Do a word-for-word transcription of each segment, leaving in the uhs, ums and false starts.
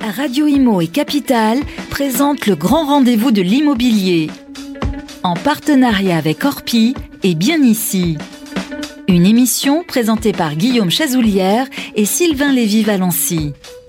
Radio Imo et Capital présentent le grand rendez-vous de l'immobilier. En partenariat avec Orpi et Bien Ici. Une émission présentée par Guillaume Chazoulière et Sylvain Lévy-Valency.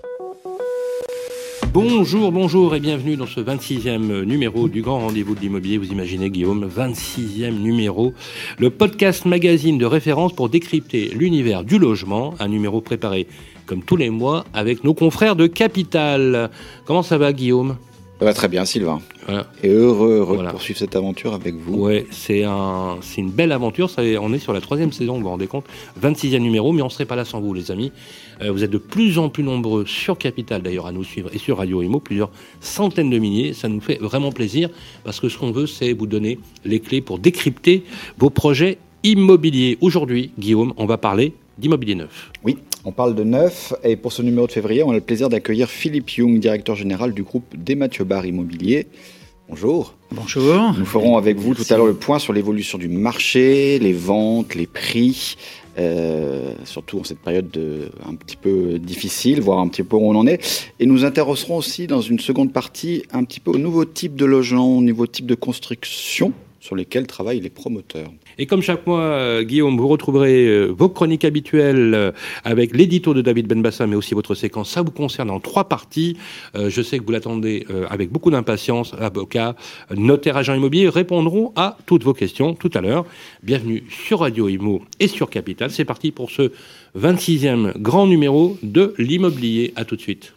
Bonjour, bonjour et bienvenue dans ce vingt-sixième numéro du Grand Rendez-vous de l'Immobilier. Vous imaginez, Guillaume, vingt-sixième numéro, le podcast magazine de référence pour décrypter l'univers du logement, un numéro préparé comme tous les mois avec nos confrères de Capital. Comment ça va, Guillaume ? Ça va très bien, Sylvain. Voilà. Et heureux, heureux voilà. de poursuivre cette aventure avec vous. Ouais, c'est, un, c'est une belle aventure. Ça, on est sur la troisième saison, vous vous rendez compte. vingt-sixième numéro, mais on ne serait pas là sans vous, les amis. Euh, vous êtes de plus en plus nombreux sur Capital, d'ailleurs, à nous suivre, et sur Radio Imo, plusieurs centaines de milliers. Ça nous fait vraiment plaisir, parce que ce qu'on veut, c'est vous donner les clés pour décrypter vos projets immobiliers. Aujourd'hui, Guillaume, on va parler d'immobilier neuf. Oui, on parle de neuf, et pour ce numéro de février, on a le plaisir d'accueillir Philippe Young, directeur général du groupe Des Mathieu Bar Immobilier. Bonjour. Bonjour. Nous ferons avec vous Merci. tout à l'heure le point sur l'évolution du marché, les ventes, les prix, euh, surtout en cette période de, un petit peu difficile, voir un petit peu où on en est. Et nous intéresserons aussi dans une seconde partie un petit peu au nouveau type de logement, au nouveau type de construction sur lesquels travaillent les promoteurs. Et comme chaque mois, euh, Guillaume, vous retrouverez euh, vos chroniques habituelles euh, avec l'édito de David Benbassa, mais aussi votre séquence. Ça vous concerne en trois parties. Euh, je sais que vous l'attendez euh, avec beaucoup d'impatience. Avocats, notaires, agents immobiliers répondront à toutes vos questions tout à l'heure. Bienvenue sur Radio Imo et sur Capital. C'est parti pour ce vingt-sixième grand numéro de l'immobilier. À tout de suite.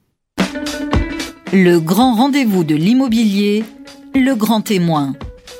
Le grand rendez-vous de l'immobilier, le grand témoin.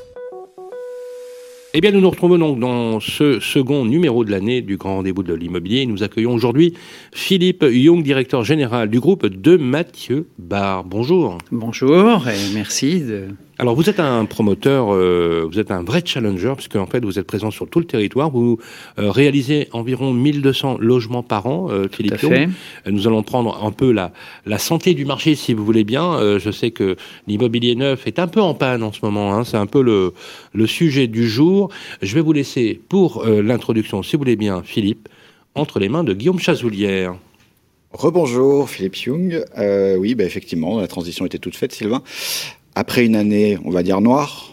Eh bien, nous nous retrouvons donc dans ce second numéro de l'année du Grand Rendez-vous de l'Immobilier. Nous accueillons aujourd'hui Philippe Young, directeur général du groupe Des Mathieu Bar. Bonjour. Bonjour et merci de... Alors, vous êtes un promoteur, euh, vous êtes un vrai challenger, puisque en fait, vous êtes présent sur tout le territoire. Vous euh, réalisez environ mille deux cents logements par an, euh, Philippe Young. Nous allons prendre un peu la, la santé du marché, si vous voulez bien. Euh, je sais que l'immobilier neuf est un peu en panne en ce moment. Hein. C'est un peu le, le sujet du jour. Je vais vous laisser pour euh, l'introduction, si vous voulez bien, Philippe, entre les mains de Guillaume Chazoulière. Rebonjour, Philippe Young. Euh, oui, bah, effectivement, la transition était toute faite, Sylvain. Après une année, on va dire noire,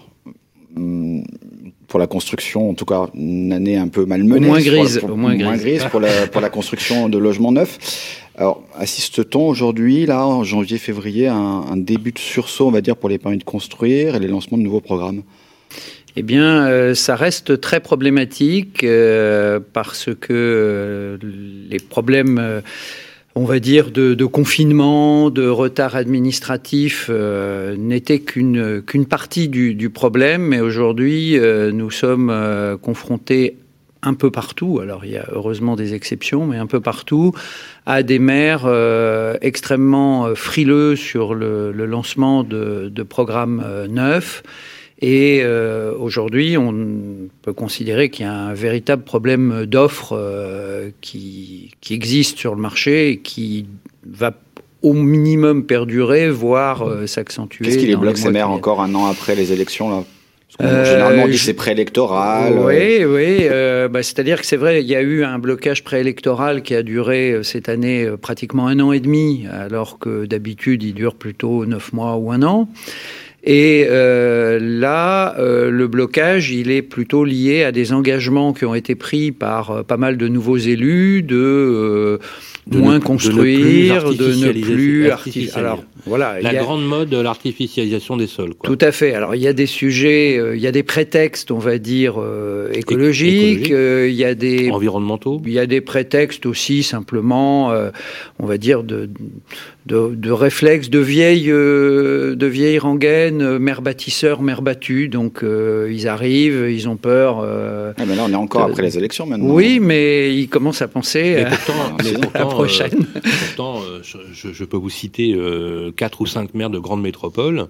pour la construction, en tout cas une année un peu malmenée. Au moins grise. Pour, au moins, moins grise. grise pour la, pour la construction de logements neufs. Alors, assiste-t-on aujourd'hui, là, en janvier-février, à un, un début de sursaut, on va dire, pour les permis de construire et les lancements de nouveaux programmes ? Eh bien, euh, ça reste très problématique euh, parce que euh, les problèmes... Euh, on va dire, de, de confinement, de retard administratif, euh, n'était qu'une, qu'une partie du, du problème. Mais aujourd'hui, euh, nous sommes euh, confrontés un peu partout, alors il y a heureusement des exceptions, mais un peu partout, à des maires euh, extrêmement frileux sur le, le lancement de, de programmes euh, neufs. Et euh, aujourd'hui, on peut considérer qu'il y a un véritable problème d'offres euh, qui, qui existe sur le marché et qui va au minimum perdurer, voire euh, s'accentuer. Qu'est-ce qui les bloque, ces maires, encore un an après les élections là ? Parce qu'on, euh, généralement, on dit que c'est préélectoral. Oui, oui. Euh, bah, c'est-à-dire que c'est vrai, il y a eu un blocage préélectoral qui a duré cette année pratiquement un an et demi, alors que d'habitude, il dure plutôt neuf mois ou un an. Et euh, là, euh, le blocage, il est plutôt lié à des engagements qui ont été pris par euh, pas mal de nouveaux élus de, euh, de moins ne, construire, de ne plus artificialiser. Alors voilà, la il y a, grande mode de l'artificialisation des sols, quoi. Tout à fait. Alors il y a des sujets, euh, il y a des prétextes, on va dire euh, écologiques, euh, il y a des environnementaux, il y a des prétextes aussi simplement, euh, on va dire de De, de réflexes de vieilles, euh, de vieilles rengaines, mère bâtisseur, mère battue. Donc, euh, ils arrivent, ils ont peur. Euh, ah, mais là, on est encore euh, après les élections maintenant. Oui, mais ils commencent à penser à, pourtant, mais pourtant, à la prochaine. Euh, pourtant, euh, je, je peux vous citer euh, quatre ou cinq maires de grandes métropoles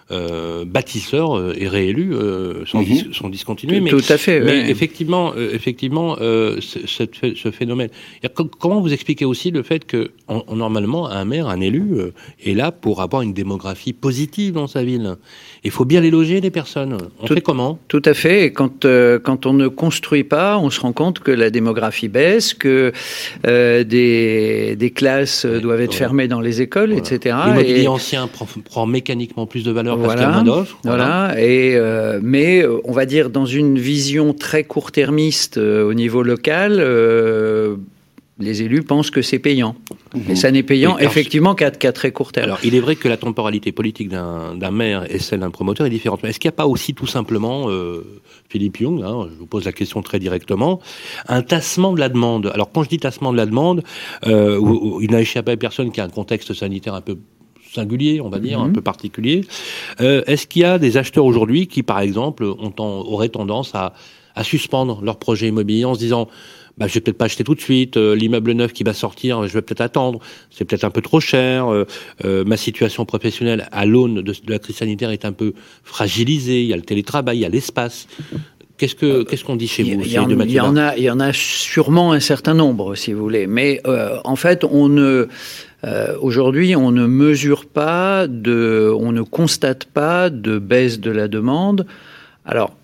euh, bâtisseurs euh, et réélus euh, sont, mmh. dis- sont discontinués. Tout, mais, tout à fait. Mais ouais. effectivement, euh, effectivement, euh, ce, ce phénomène. Comment vous expliquez aussi le fait que on, on, normalement un maire, un élu euh, est là pour avoir une démographie positive dans sa ville. Il faut bien les loger, les personnes. On tout, fait comment? Tout à fait. Et quand euh, quand on ne construit pas, on se rend compte que la démographie baisse, que euh, des des classes ouais, doivent être ouais. fermées dans les écoles, voilà. et cetera. L'immobilier et... ancien prend, prend mécaniquement plus de valeur parce voilà. qu'il y a moins d'offres. Voilà. voilà. Et euh, mais on va dire dans une vision très court-termiste euh, au niveau local. Euh, Les élus pensent que c'est payant. Mmh. Et ça n'est payant, oui, effectivement, qu'à, qu'à très court terme. Alors, il est vrai que la temporalité politique d'un, d'un maire et celle d'un promoteur est différente. Mais est-ce qu'il n'y a pas aussi, tout simplement, euh, Philippe Young, hein, je vous pose la question très directement, un tassement de la demande? Alors, quand je dis tassement de la demande, euh, où, où il n'a échappé à personne qui a un contexte sanitaire un peu singulier, on va dire, mmh. un peu particulier. Euh, est-ce qu'il y a des acheteurs aujourd'hui qui, par exemple, ont ten, auraient tendance à, à suspendre leur projet immobilier en se disant... Bah, je vais peut-être pas acheter tout de suite, euh, l'immeuble neuf qui va sortir, je vais peut-être attendre, c'est peut-être un peu trop cher, euh, euh, ma situation professionnelle à l'aune de, de la crise sanitaire est un peu fragilisée, il y a le télétravail, il y a l'espace. Qu'est-ce que qu'est-ce qu'on dit chez vous? Il y, en, il y en a, il y en a sûrement un certain nombre, si vous voulez, mais euh, en fait, on ne euh, aujourd'hui, on ne mesure pas de, on ne constate pas de baisse de la demande. Alors.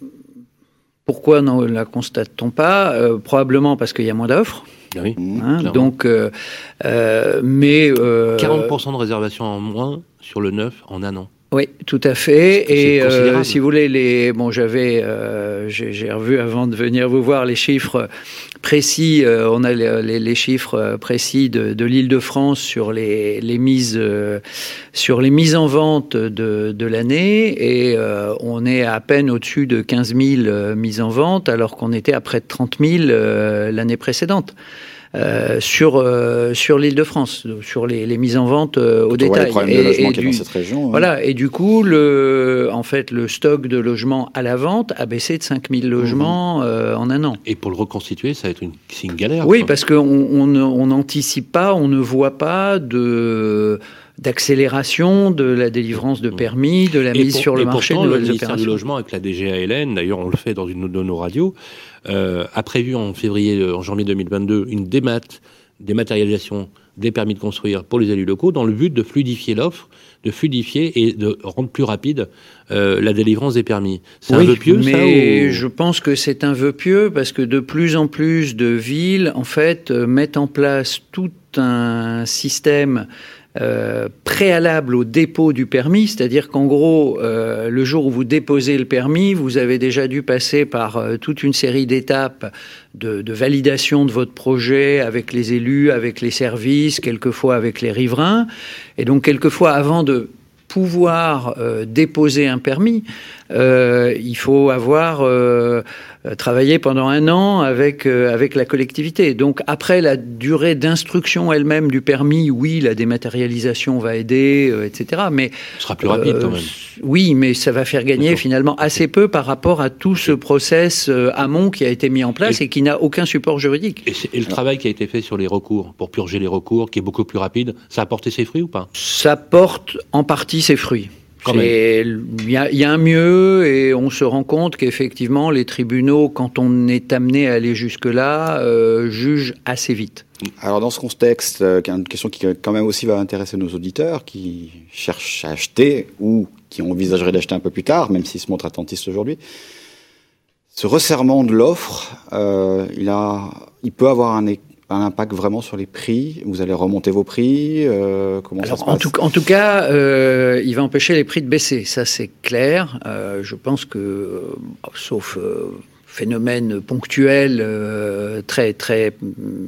Pourquoi ne la constate-t-on pas? euh, Probablement parce qu'il y a moins d'offres. Oui, hein, donc, euh, euh, mais euh, quarante pour cent de réservations en moins sur le neuf en un an. Oui, tout à fait. Et euh, si vous voulez, les bon, j'avais, euh, j'ai, j'ai revu avant de venir vous voir les chiffres précis. Euh, on a les, les, les chiffres précis de, de l'Île-de-France sur les, les mises, euh, sur les mises en vente de, de l'année, et euh, on est à peine au-dessus de quinze mille euh, mises en vente, alors qu'on était à près de trente mille euh, l'année précédente. Euh, sur euh, sur l'Île-de-France, sur les, les mises en vente euh, au détail. Et, de et, et du, dans cette région, voilà. Ouais. Et du coup, le en fait, le stock de logements à la vente a baissé de cinq mille logements mmh. euh, en un an. Et pour le reconstituer, ça va être une, c'est une galère. Oui, quoi. parce qu'on on n'anticipe pas, on ne voit pas de d'accélération de la délivrance de permis, de la mise pour, sur le marché de nouvelles opérations. Le ministère du Logement avec la D G A L N, d'ailleurs on le fait dans une de nos radios, euh, a prévu en février, en janvier deux mille vingt-deux, une démat, dématérialisation des permis de construire pour les élus locaux dans le but de fluidifier l'offre, de fluidifier et de rendre plus rapide euh, la délivrance des permis. C'est oui, un vœu pieux, mais ça ou... je pense que c'est un vœu pieux parce que de plus en plus de villes, en fait, euh, mettent en place tout un système Euh, préalable au dépôt du permis, c'est-à-dire qu'en gros, euh, le jour où vous déposez le permis, vous avez déjà dû passer par euh, toute une série d'étapes de, de validation de votre projet avec les élus, avec les services, quelquefois avec les riverains. Et donc, quelquefois, avant de pouvoir euh, déposer un permis, euh, il faut avoir euh, travaillé pendant un an avec euh, avec la collectivité. Donc après la durée d'instruction elle-même du permis, oui, la dématérialisation va aider, euh, et cetera. Mais ce sera plus rapide euh, quand même. Oui, mais ça va faire gagner D'accord. finalement assez peu par rapport à tout ce process euh, amont qui a été mis en place et, et qui n'a aucun support juridique. Et, et le travail qui a été fait sur les recours pour purger les recours, qui est beaucoup plus rapide, ça a porté ses fruits ou pas? Ça porte en partie ses fruits. Il y, y a un mieux et on se rend compte qu'effectivement les tribunaux, quand on est amené à aller jusque-là, euh, jugent assez vite. Alors dans ce contexte, euh, une question qui quand même aussi va intéresser nos auditeurs qui cherchent à acheter ou qui envisageraient d'acheter un peu plus tard, même s'ils se montrent attentistes aujourd'hui. Ce resserrement de l'offre, euh, il, a, il peut avoir un un impact vraiment sur les prix? Vous allez remonter vos prix? euh, Comment Alors, ça se passe? En tout, en tout cas, euh, il va empêcher les prix de baisser, ça c'est clair. Euh, je pense que, euh, sauf euh, phénomène ponctuel euh, très très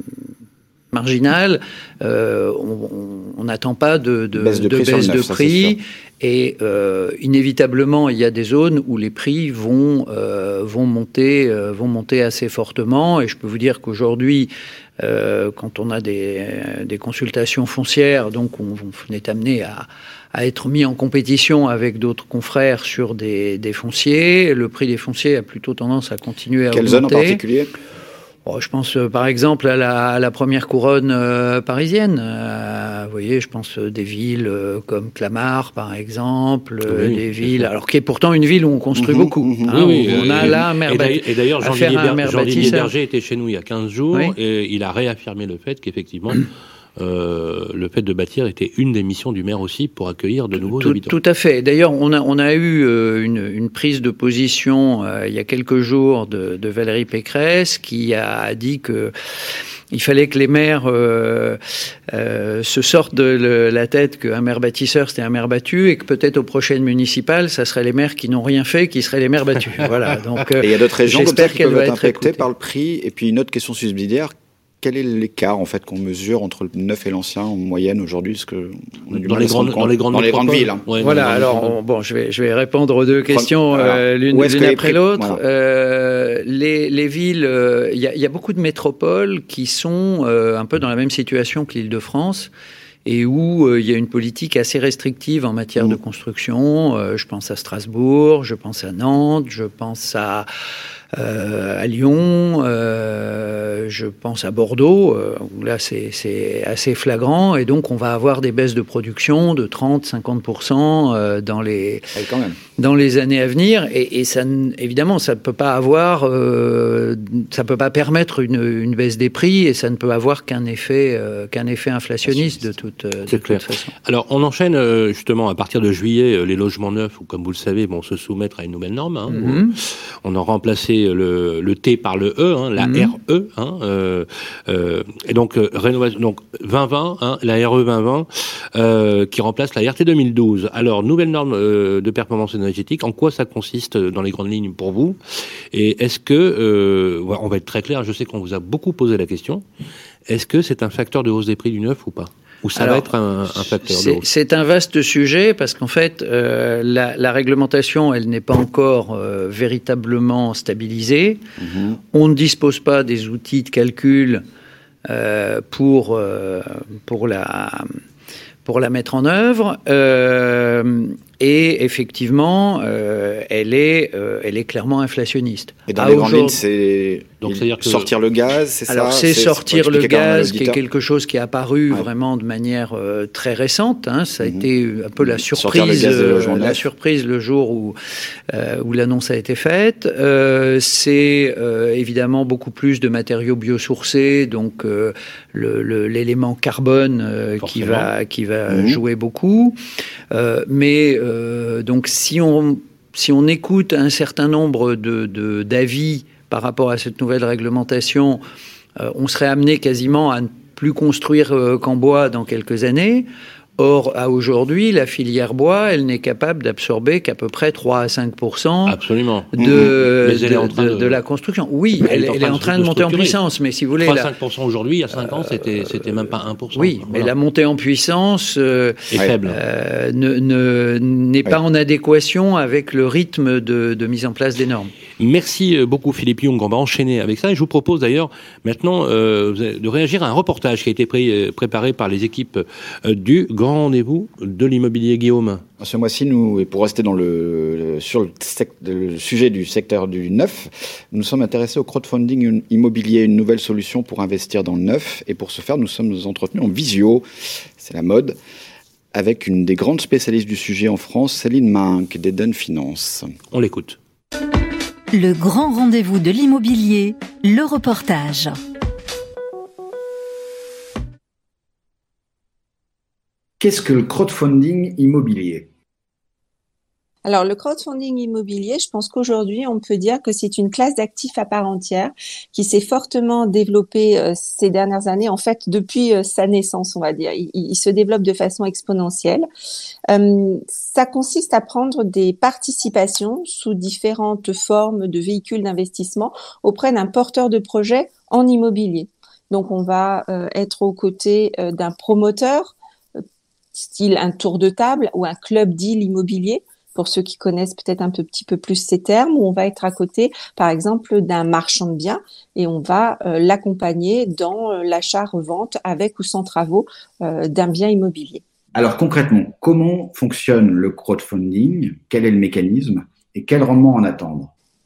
marginal, euh, on n'attend pas de, de baisse de, de prix. Baisse de prix et euh, inévitablement, il y a des zones où les prix vont euh, vont monter euh, vont monter assez fortement. Et je peux vous dire qu'aujourd'hui, Euh, quand on a des, des consultations foncières, donc on, on est amené à, à être mis en compétition avec d'autres confrères sur des, des fonciers. Le prix des fonciers a plutôt tendance à continuer à Quelle augmenter. Quelle zone en particulier? Oh, je pense euh, par exemple à la, à la première couronne euh, parisienne. Euh, vous voyez, je pense des villes comme Clamart, par exemple, oui, des villes, alors qui est pourtant une ville où on construit mmh, beaucoup. Mmh, hein, oui, on a et, là un maire bâtisseur. Et d'ailleurs, Jean-Didier Berger était chez nous il y a quinze jours oui. et il a réaffirmé le fait qu'effectivement, Euh, le fait de bâtir était une des missions du maire aussi pour accueillir de nouveaux tout, habitants. Tout à fait. D'ailleurs, on a, on a eu euh, une, une prise de position euh, il y a quelques jours de, de Valérie Pécresse qui a dit que il fallait que les maires euh, euh, se sortent de le, la tête qu'un maire bâtisseur, c'était un maire battu, et que peut-être aux prochaines municipales, ça serait les maires qui n'ont rien fait, qui seraient les maires battus. Voilà. Donc, et il y a d'autres régions comme ça qui peuvent être impactées par le prix. Et puis une autre question subsidiaire. Quel est l'écart en fait qu'on mesure entre le neuf et l'ancien en moyenne aujourd'hui, parce que on a du dans, mal les à se grandes, rendre dans les grandes dans les grandes villes. Hein. Ouais, voilà. Alors on, bon, je vais je vais répondre aux deux questions euh, l'une, l'une après prix, l'autre. Voilà. Euh, les les villes, il euh, y a il y a beaucoup de métropoles qui sont euh, un peu dans la même situation que l'Île-de-France. Et où il euh, y a une politique assez restrictive en matière mmh. de construction. Euh, je pense à Strasbourg, je pense à Nantes, je pense à Euh, à Lyon, euh, je pense à Bordeaux, euh, où là c'est, c'est assez flagrant, et donc on va avoir des baisses de production de trente à cinquante pour cent euh, dans les ouais, quand même. dans les années à venir, et, et ça, évidemment, ça ne peut pas avoir, euh, ça peut pas permettre une, une baisse des prix, et ça ne peut avoir qu'un effet, euh, qu'un effet inflationniste de toute, de C'est toute clair. façon. Alors, on enchaîne justement à partir de juillet les logements neufs, où, comme vous le savez, vont se soumettre à une nouvelle norme. Hein, mm-hmm. On a remplacé le, le T par le E, hein, la mm-hmm. R E, hein, euh, euh, et donc euh, rénovation, donc vingt vingt, hein, la R E vingt vingt, euh, qui remplace la R T deux mille douze. Alors, nouvelle norme euh, de performance énergétique. En quoi ça consiste dans les grandes lignes pour vous? Et est-ce que, euh, on va être très clair, je sais qu'on vous a beaucoup posé la question. Est-ce que c'est un facteur de hausse des prix du neuf ou pas? Ou ça Alors, va être un, un facteur c'est, de hausse? C'est un vaste sujet parce qu'en fait, euh, la, la réglementation, elle n'est pas encore euh, véritablement stabilisée. Mmh. On ne dispose pas des outils de calcul euh, pour, euh, pour, la, pour la mettre en œuvre. Euh, et effectivement, euh, elle, est, euh, elle est clairement inflationniste. Et dans à les grandes lignes, c'est donc, c'est-à-dire que... sortir le gaz, c'est Alors, ça c'est, c'est sortir le gaz, qui est auditeur. quelque chose qui est apparu ouais. vraiment de manière euh, très récente. Hein. Ça a mmh. été un peu la surprise, le, euh, la surprise le jour où, euh, où l'annonce a été faite. Euh, c'est euh, évidemment beaucoup plus de matériaux biosourcés, donc euh, le, le, l'élément carbone euh, qui va, qui va mmh. jouer beaucoup. Euh, mais euh, donc si on, si on écoute un certain nombre de, de, d'avis par rapport à cette nouvelle réglementation, euh, on serait amené quasiment à ne plus construire euh, qu'en bois dans quelques années. Or, à aujourd'hui, la filière bois, elle n'est capable d'absorber qu'à peu près trois à cinq pour cent Absolument. De, de, de, de, de la construction. Oui, elle, elle est en train de, de monter en puissance, mais si vous voulez... trois à cinq pour cent aujourd'hui, il y a cinq ans, c'était, c'était même pas un pour cent. Oui, voilà. Mais la montée en puissance euh, est faible. Euh, ne, ne, n'est pas ouais. en adéquation avec le rythme de, de mise en place des normes. Merci beaucoup Philippe Young, on va enchaîner avec ça et je vous propose d'ailleurs maintenant euh, de réagir à un reportage qui a été pré- préparé par les équipes euh, du Grand Rendez-vous de l'immobilier. Guillaume. Ce mois-ci, nous, et pour rester dans le, le, sur le, sect, le sujet du secteur du neuf, nous sommes intéressés au crowdfunding immobilier, une nouvelle solution pour investir dans le neuf, et pour ce faire, nous sommes entretenus en visio, c'est la mode, avec une des grandes spécialistes du sujet en France, Céline Minck d'Eden Finance. On l'écoute. Le grand rendez-vous de l'immobilier, le reportage. Qu'est-ce que le crowdfunding immobilier ? Alors, le crowdfunding immobilier, je pense qu'aujourd'hui, on peut dire que c'est une classe d'actifs à part entière qui s'est fortement développée euh, ces dernières années, en fait, depuis euh, sa naissance, on va dire. Il, il se développe de façon exponentielle. Euh, ça consiste à prendre des participations sous différentes formes de véhicules d'investissement auprès d'un porteur de projet en immobilier. Donc, on va euh, être aux côtés euh, d'un promoteur, style un tour de table ou un club deal immobilier, pour ceux qui connaissent peut-être un peu, petit peu plus ces termes, où on va être à côté, par exemple, d'un marchand de biens et on va euh, l'accompagner dans euh, l'achat-revente avec ou sans travaux euh, d'un bien immobilier. Alors concrètement, comment fonctionne le crowdfunding ? Quel est le mécanisme et quel rendement en attendre ?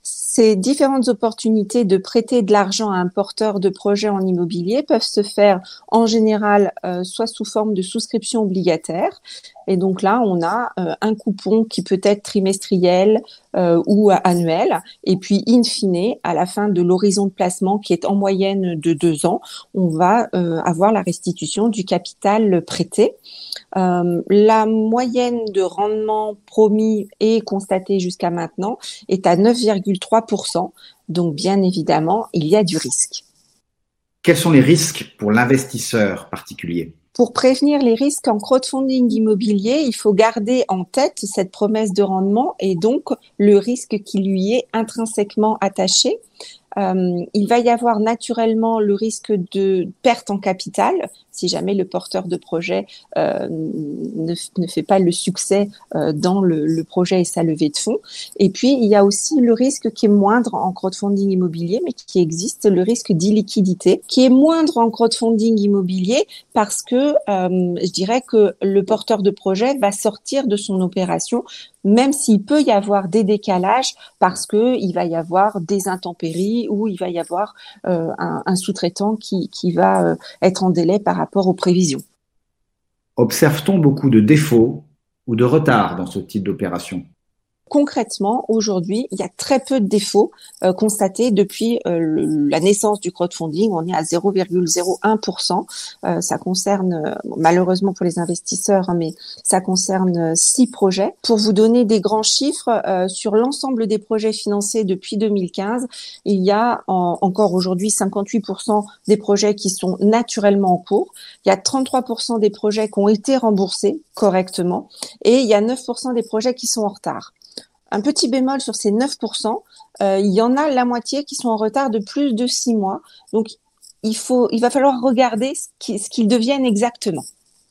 Ces différentes opportunités de prêter de l'argent à un porteur de projet en immobilier peuvent se faire en général euh, soit sous forme de souscription obligataire. Et donc là, on a euh, un coupon qui peut être trimestriel euh, ou annuel. Et puis, in fine, à la fin de l'horizon de placement, qui est en moyenne de deux ans, on va euh, avoir la restitution du capital prêté. Euh, la moyenne de rendement promis et constatée jusqu'à maintenant est à neuf virgule trois pour cent. Donc, bien évidemment, il y a du risque. Quels sont les risques pour l'investisseur particulier ? Pour prévenir les risques en crowdfunding immobilier, il faut garder en tête cette promesse de rendement et donc le risque qui lui est intrinsèquement attaché. Euh, il va y avoir naturellement le risque de perte en capital si jamais le porteur de projet euh, ne, ne fait pas le succès euh, dans le, le projet et sa levée de fonds. Et puis, il y a aussi le risque qui est moindre en crowdfunding immobilier, mais qui existe, le risque d'illiquidité, qui est moindre en crowdfunding immobilier parce que euh, je dirais que le porteur de projet va sortir de son opération, même s'il peut y avoir des décalages parce que il va y avoir des intempéries ou il va y avoir euh, un, un sous-traitant qui, qui va euh, être en délai par rapport aux prévisions. Observe-t-on beaucoup de défauts ou de retards dans ce type d'opération ? Concrètement, aujourd'hui, il y a très peu de défauts euh, constatés depuis euh, le, la naissance du crowdfunding. On est à zéro virgule zéro un pour cent. Euh, ça concerne, euh, malheureusement pour les investisseurs, hein, mais ça concerne euh, six projets. Pour vous donner des grands chiffres, euh, sur l'ensemble des projets financés depuis deux mille quinze, il y a en, encore aujourd'hui cinquante-huit pour cent des projets qui sont naturellement en cours. Il y a trente-trois pour cent des projets qui ont été remboursés correctement et il y a neuf pour cent des projets qui sont en retard. Un petit bémol sur ces neuf pour cent, euh, il y en a la moitié qui sont en retard de plus de six mois. Donc, il faut, il va falloir regarder ce, qui, ce qu'ils deviennent exactement.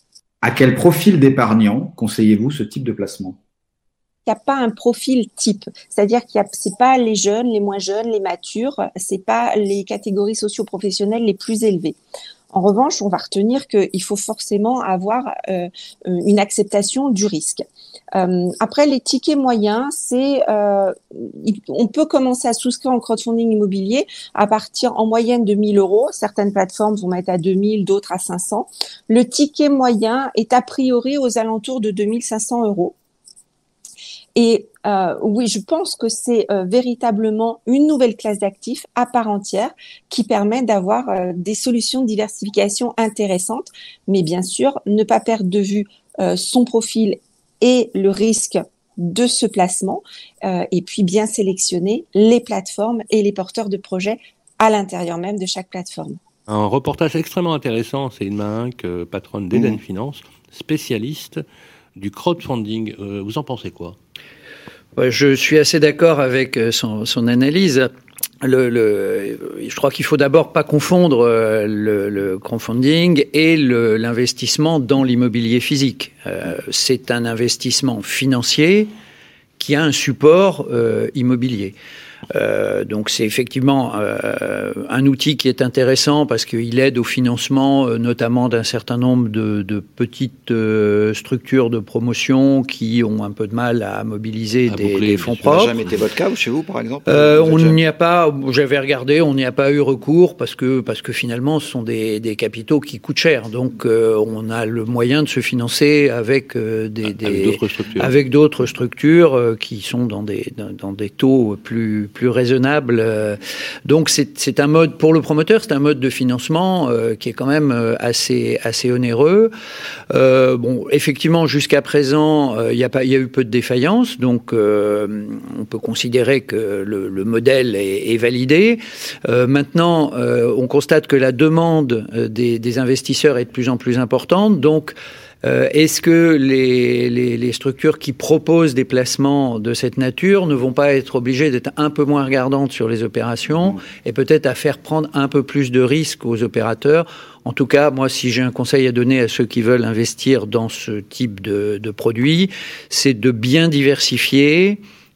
À quel profil d'épargnant conseillez-vous ce type de placement ? Il n'y a pas un profil type, c'est-à-dire qu'il y a, c'est pas les jeunes, les moins jeunes, les matures, c'est pas les catégories socio-professionnelles les plus élevées. En revanche, on va retenir qu'il faut forcément avoir euh, une acceptation du risque. Euh, après, les tickets moyens, c'est euh, on peut commencer à souscrire en crowdfunding immobilier à partir en moyenne de mille euros. Certaines plateformes vont mettre à deux mille, d'autres à cinq cents. Le ticket moyen est a priori aux alentours de deux mille cinq cents euros. Et euh, oui, je pense que c'est euh, véritablement une nouvelle classe d'actifs à part entière qui permet d'avoir euh, des solutions de diversification intéressantes, mais bien sûr, ne pas perdre de vue euh, son profil et le risque de ce placement, euh, et puis bien sélectionner les plateformes et les porteurs de projets à l'intérieur même de chaque plateforme. Un reportage extrêmement intéressant, c'est Ilma Hink, patronne d'Eden mmh. Finance, spécialiste du crowdfunding. Euh, vous en pensez quoi ? Ouais, je suis assez d'accord avec son, son analyse. Le, le, je crois qu'il faut d'abord pas confondre le, le crowdfunding et le, l'investissement dans l'immobilier physique. Euh, c'est un investissement financier qui a un support euh, immobilier. Euh, donc c'est effectivement euh, un outil qui est intéressant parce qu'il aide au financement euh, notamment d'un certain nombre de, de petites euh, structures de promotion qui ont un peu de mal à mobiliser à des, des fonds propres. Ça n'a jamais été votre cas ou chez vous par exemple ? euh, On n'y a pas, j'avais regardé, on n'y a pas eu recours parce que, parce que finalement ce sont des, des capitaux qui coûtent cher. Donc euh, on a le moyen de se financer avec, euh, des, des, avec d'autres structures, avec d'autres structures euh, qui sont dans des, dans, dans des taux plus plus raisonnable. Donc c'est, c'est un mode, pour le promoteur, c'est un mode de financement euh, qui est quand même assez, assez onéreux. Euh, bon, effectivement, jusqu'à présent, il euh, y a pas, il y a eu peu de défaillances, donc euh, on peut considérer que le, le modèle est, est validé. Euh, maintenant, euh, on constate que la demande des, des investisseurs est de plus en plus importante, donc Euh, est-ce que les, les, les structures qui proposent des placements de cette nature ne vont pas être obligées d'être un peu moins regardantes sur les opérations et peut-être à faire prendre un peu plus de risques aux opérateurs ? En tout cas, moi, si j'ai un conseil à donner à ceux qui veulent investir dans ce type de, de produit, c'est de bien diversifier.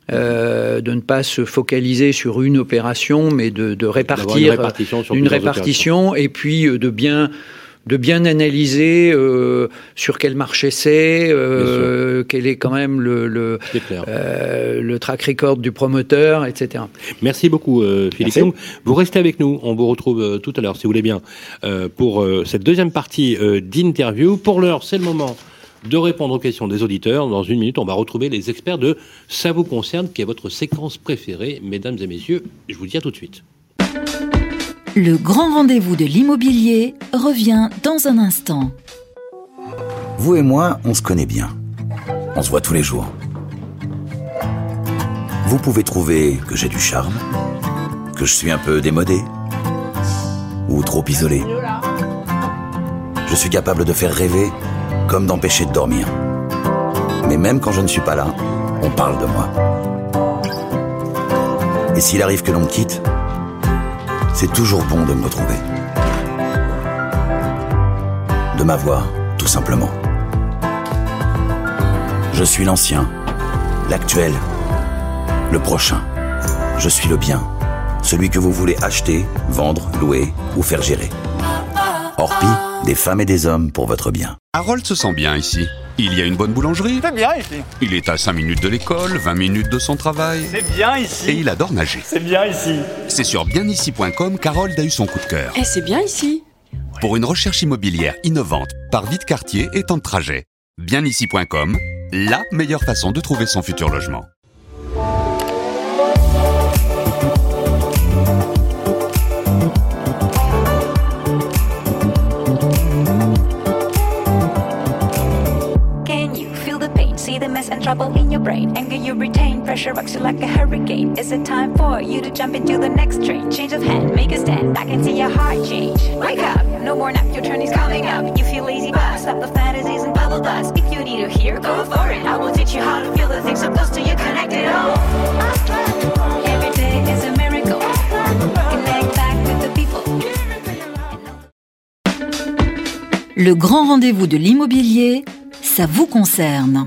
Euh, de ne pas se focaliser sur une opération, mais de, de répartir une répartition, une répartition et puis de bien de bien analyser euh, sur quel marché c'est, euh, quel est quand même le, le, euh, le track record du promoteur, et cetera. Merci beaucoup euh, Philippe Young. Vous restez avec nous, on vous retrouve euh, tout à l'heure, si vous voulez bien, euh, pour euh, cette deuxième partie euh, d'interview. Pour l'heure, c'est le moment de répondre aux questions des auditeurs. Dans une minute, on va retrouver les experts de Ça vous concerne, qui est votre séquence préférée. Mesdames et messieurs, je vous dis à tout de suite. Le grand rendez-vous de l'immobilier revient dans un instant. Vous et moi, on se connaît bien. On se voit tous les jours. Vous pouvez trouver que j'ai du charme, que je suis un peu démodé, ou trop isolé. Je suis capable de faire rêver, comme d'empêcher de dormir. Mais même quand je ne suis pas là, on parle de moi. Et s'il arrive que l'on me quitte, c'est toujours bon de me retrouver. De m'avoir, tout simplement. Je suis l'ancien, l'actuel, le prochain. Je suis le bien, celui que vous voulez acheter, vendre, louer ou faire gérer. Orpi, des femmes et des hommes pour votre bien. Harold se sent bien ici. Il y a une bonne boulangerie. C'est bien ici. Il est à cinq minutes de l'école, vingt minutes de son travail. C'est bien ici. Et il adore nager. C'est bien ici. C'est sur bien ici point com qu'Harold a eu son coup de cœur. Eh, c'est bien ici. Pour une recherche immobilière innovante, par vie de quartier et temps de trajet. bien ici point com, la meilleure façon de trouver son futur logement. See the mess and trouble in your brain. Anger you retain, pressure rocks you like a hurricane. Is it time for you to jump into the next train? Change of hand, make a stand, I can see your heart change. Wake up, no more nap, your turn is coming up. You feel lazy, but stop the fantasies and bubble dust. If you need to hear, go for it. I will teach you how to feel the things so close to you, connect it all. Every day is a miracle. Connect back with the people. Le grand rendez-vous de l'immobilier, ça vous concerne.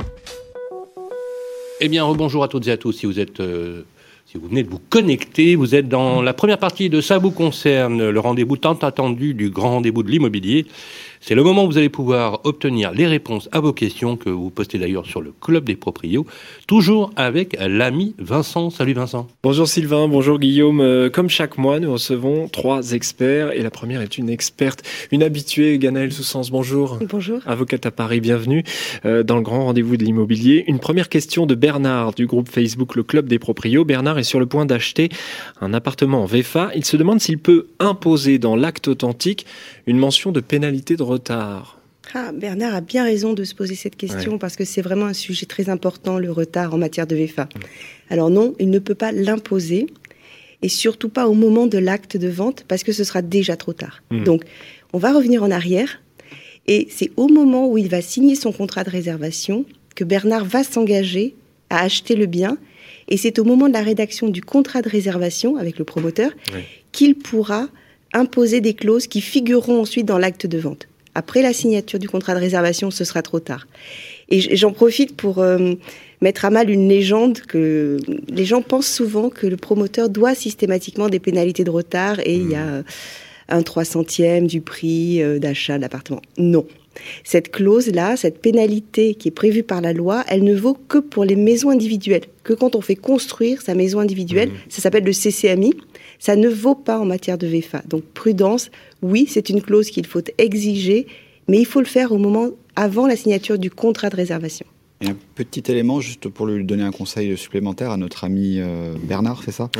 Eh bien, rebonjour à toutes et à tous. Si vous êtes, euh, si vous venez de vous connecter, vous êtes dans la première partie de Ça vous concerne, le rendez-vous tant attendu du grand rendez-vous de l'immobilier. C'est le moment où vous allez pouvoir obtenir les réponses à vos questions que vous postez d'ailleurs sur le Club des Proprios, toujours avec l'ami Vincent. Salut Vincent. Bonjour Sylvain, bonjour Guillaume. Euh, comme chaque mois, nous recevons trois experts et la première est une experte, une habituée, Ganaëlle Soussens. Bonjour. Bonjour. Avocate à Paris, bienvenue euh, dans le grand rendez-vous de l'immobilier. Une première question de Bernard du groupe Facebook Le Club des Proprios. Bernard est sur le point d'acheter un appartement en V F A. Il se demande s'il peut imposer dans l'acte authentique une mention de pénalité de retard. Ah, Bernard a bien raison de se poser cette question ouais. parce que c'est vraiment un sujet très important, le retard en matière de V F A. Mmh. Alors non, il ne peut pas l'imposer et surtout pas au moment de l'acte de vente parce que ce sera déjà trop tard. Mmh. Donc, on va revenir en arrière et c'est au moment où il va signer son contrat de réservation que Bernard va s'engager à acheter le bien et c'est au moment de la rédaction du contrat de réservation avec le promoteur ouais. qu'il pourra imposer des clauses qui figureront ensuite dans l'acte de vente. Après la signature du contrat de réservation, ce sera trop tard. Et j'en profite pour euh, mettre à mal une légende que les gens pensent souvent que le promoteur doit systématiquement des pénalités de retard et il mmh. y a un trois centième du prix euh, d'achat de l'appartement. Non. Cette clause-là, cette pénalité qui est prévue par la loi, elle ne vaut que pour les maisons individuelles. Que quand on fait construire sa maison individuelle, mmh. ça s'appelle le C C M I. Ça ne vaut pas en matière de V F A. Donc prudence, oui, c'est une clause qu'il faut exiger, mais il faut le faire au moment avant la signature du contrat de réservation. Et un petit élément, juste pour lui donner un conseil supplémentaire à notre ami euh, Bernard, c'est ça ? Oui.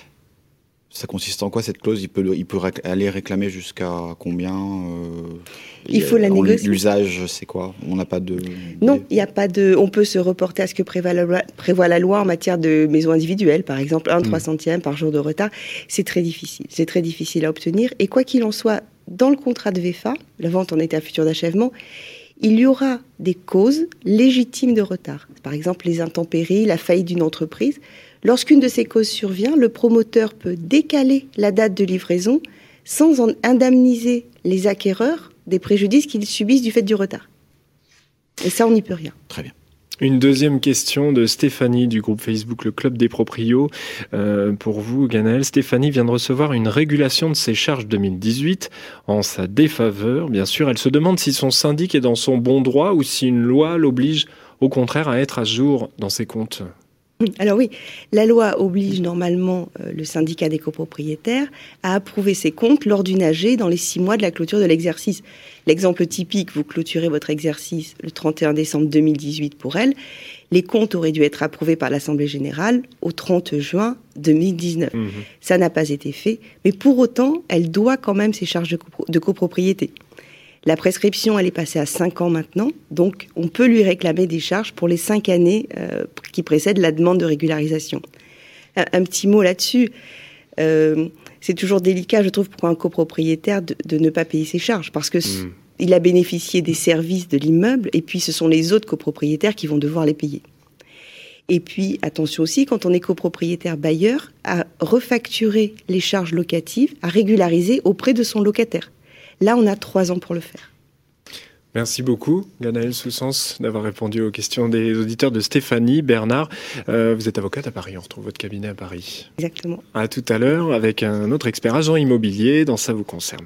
Ça consiste en quoi cette clause ? Il peut, il peut aller réclamer jusqu'à combien euh, Il faut la négocier. L'usage, c'est quoi ? On n'a pas de... Non, il n'y a pas de... On peut se reporter à ce que prévoit la loi, prévoit la loi en matière de maison individuelle, par exemple, un trois centième par jour de retard. C'est très difficile. C'est très difficile à obtenir. Et quoi qu'il en soit, dans le contrat de V F A, la vente en état futur d'achèvement, il y aura des causes légitimes de retard. Par exemple, les intempéries, la faillite d'une entreprise. Lorsqu'une de ces causes survient, le promoteur peut décaler la date de livraison sans en indemniser les acquéreurs des préjudices qu'ils subissent du fait du retard. Et ça, on n'y peut rien. Très bien. Une deuxième question de Stéphanie du groupe Facebook Le Club des Proprios. Euh, pour vous, Ganaël, Stéphanie vient de recevoir une régulation de ses charges deux mille dix-huit en sa défaveur. Bien sûr, elle se demande si son syndic est dans son bon droit ou si une loi l'oblige au contraire à être à jour dans ses comptes. Alors oui, la loi oblige normalement euh, le syndicat des copropriétaires à approuver ses comptes lors d'une A G dans les six mois de la clôture de l'exercice. L'exemple typique, vous clôturez votre exercice le trente et un décembre deux mille dix-huit pour elle. Les comptes auraient dû être approuvés par l'Assemblée générale au trente juin deux mille dix-neuf. Mmh. Ça n'a pas été fait, mais pour autant, elle doit quand même ses charges de, copro- de copropriété. La prescription, elle est passée à cinq ans maintenant, donc on peut lui réclamer des charges pour les cinq années euh, qui précèdent la demande de régularisation. Un, un petit mot là-dessus, euh, c'est toujours délicat, je trouve, pour un copropriétaire de, de ne pas payer ses charges, parce que mmh. il a bénéficié des services de l'immeuble, et puis ce sont les autres copropriétaires qui vont devoir les payer. Et puis, attention aussi, quand on est copropriétaire bailleur, à refacturer les charges locatives, à régulariser auprès de son locataire. Là, on a trois ans pour le faire. Merci beaucoup, Ganaël Soussens, d'avoir répondu aux questions des auditeurs de Stéphanie. Bernard, euh, vous êtes avocate à Paris, on retrouve votre cabinet à Paris. Exactement. À tout à l'heure avec un autre expert agent immobilier dans Ça vous concerne.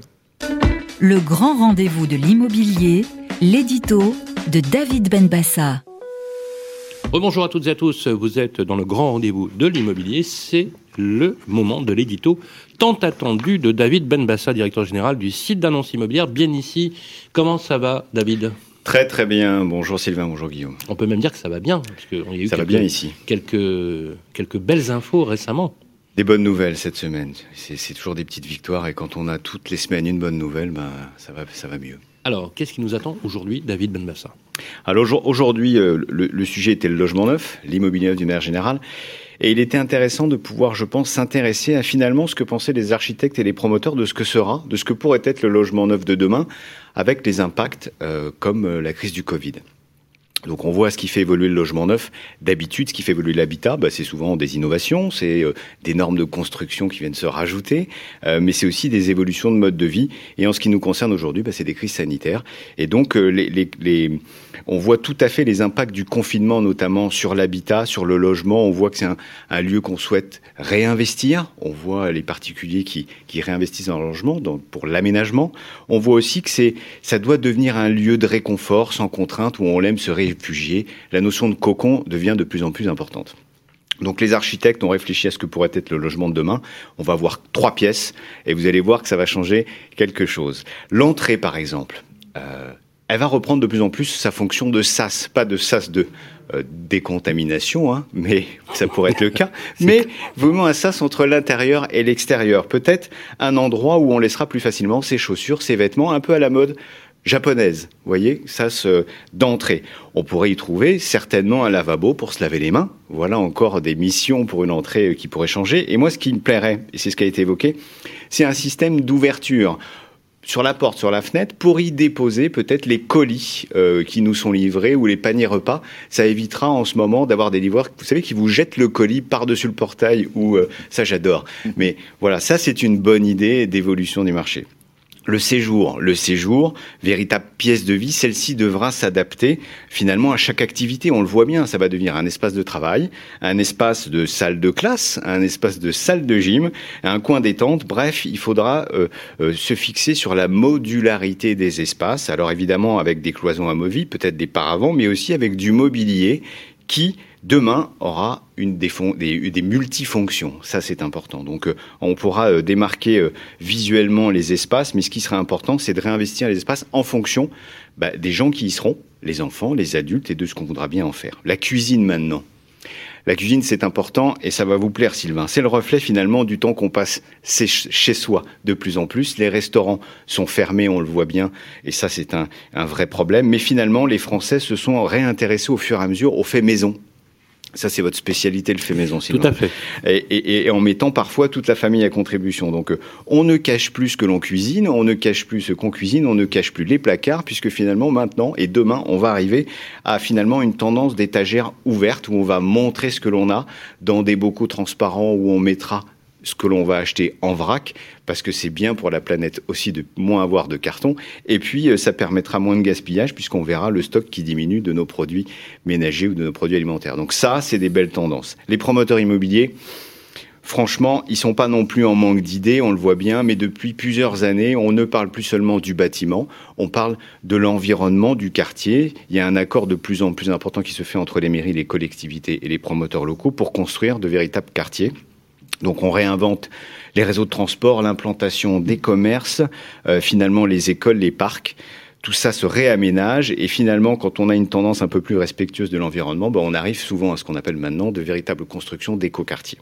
Le grand rendez-vous de l'immobilier, l'édito de David Benbassa. Bonjour à toutes et à tous, vous êtes dans le grand rendez-vous de l'immobilier, c'est le moment de l'édito tant attendu de David Benbassa, directeur général du site d'annonce immobilière Bien Ici. Comment ça va, David ? Très très bien, bonjour Sylvain, bonjour Guillaume. On peut même dire que ça va bien, parce qu'on a eu ça quelques, va bien ici. Quelques, quelques belles infos récemment. Des bonnes nouvelles cette semaine, c'est, c'est toujours des petites victoires et quand on a toutes les semaines une bonne nouvelle, ben, ça va, ça va mieux. Alors, qu'est-ce qui nous attend aujourd'hui, David Benbassa ? Alors aujourd'hui, euh, le, le sujet était le logement neuf, l'immobilier neuf d'une manière générale. Et il était intéressant de pouvoir, je pense, s'intéresser à finalement ce que pensaient les architectes et les promoteurs de ce que sera, de ce que pourrait être le logement neuf de demain, avec les impacts euh, comme euh, la crise du Covid. Donc on voit ce qui fait évoluer le logement neuf. D'habitude, ce qui fait évoluer l'habitat, bah, c'est souvent des innovations, c'est euh, des normes de construction qui viennent se rajouter, euh, mais c'est aussi des évolutions de mode de vie. Et en ce qui nous concerne aujourd'hui, bah, c'est des crises sanitaires. Et donc euh, les, les, les, on voit tout à fait les impacts du confinement, notamment sur l'habitat, sur le logement. On voit que c'est un, un lieu qu'on souhaite réinvestir. On voit les particuliers qui, qui réinvestissent dans le logement, dans, pour l'aménagement. On voit aussi que c'est, ça doit devenir un lieu de réconfort, sans contrainte, où on l'aime se réfugier. La notion de cocon devient de plus en plus importante. Donc les architectes ont réfléchi à ce que pourrait être le logement de demain. On va avoir trois pièces et vous allez voir que ça va changer quelque chose. L'entrée, par exemple, euh, elle va reprendre de plus en plus sa fonction de sas, pas de sas de euh, décontamination, hein, mais ça pourrait être le cas. Mais vraiment un sas entre l'intérieur et l'extérieur. Peut-être un endroit où on laissera plus facilement ses chaussures, ses vêtements, un peu à la mode japonaise, vous voyez, sas d'entrée. On pourrait y trouver certainement un lavabo pour se laver les mains. Voilà encore des missions pour une entrée qui pourrait changer. Et moi, ce qui me plairait, et c'est ce qui a été évoqué, c'est un système d'ouverture sur la porte, sur la fenêtre, pour y déposer peut-être les colis euh, qui nous sont livrés ou les paniers repas. Ça évitera en ce moment d'avoir des livreurs, vous savez, qui vous jettent le colis par-dessus le portail, ou euh, ça j'adore. Mais voilà, ça c'est une bonne idée d'évolution du marché. Le séjour, le séjour, véritable pièce de vie, celle-ci devra s'adapter finalement à chaque activité. On le voit bien, ça va devenir un espace de travail, un espace de salle de classe, un espace de salle de gym, un coin détente. Bref, il faudra euh, euh, se fixer sur la modularité des espaces. Alors évidemment avec des cloisons amovibles, peut-être des paravents, mais aussi avec du mobilier qui demain aura une des, fon- des, des multifonctions. Ça, c'est important. Donc, euh, on pourra euh, démarquer euh, visuellement les espaces, mais ce qui sera important, c'est de réinvestir les espaces en fonction bah, des gens qui y seront, les enfants, les adultes, et de ce qu'on voudra bien en faire. La cuisine, maintenant. La cuisine, c'est important, et ça va vous plaire, Sylvain. C'est le reflet, finalement, du temps qu'on passe chez soi de plus en plus. Les restaurants sont fermés, on le voit bien, et ça, c'est un, un vrai problème. Mais finalement, les Français se sont réintéressés au fur et à mesure au fait maison. Ça, c'est votre spécialité, le fait maison, Sylvain. Tout à fait. Et, et, et en mettant parfois toute la famille à contribution. Donc, euh, on ne cache plus ce que l'on cuisine, on ne cache plus ce qu'on cuisine, on ne cache plus les placards, puisque finalement, maintenant et demain, on va arriver à finalement une tendance d'étagère ouverte, où on va montrer ce que l'on a dans des bocaux transparents, où on mettra ce que l'on va acheter en vrac, parce que c'est bien pour la planète aussi de moins avoir de carton. Et puis, ça permettra moins de gaspillage, puisqu'on verra le stock qui diminue de nos produits ménagers ou de nos produits alimentaires. Donc ça, c'est des belles tendances. Les promoteurs immobiliers, franchement, ils sont pas non plus en manque d'idées, on le voit bien, mais depuis plusieurs années, on ne parle plus seulement du bâtiment, on parle de l'environnement du quartier. Il y a un accord de plus en plus important qui se fait entre les mairies, les collectivités et les promoteurs locaux pour construire de véritables quartiers. Donc on réinvente les réseaux de transport, l'implantation des commerces, euh, finalement les écoles, les parcs. Tout ça se réaménage et finalement, quand on a une tendance un peu plus respectueuse de l'environnement, ben, on arrive souvent à ce qu'on appelle maintenant de véritables constructions d'éco-quartiers.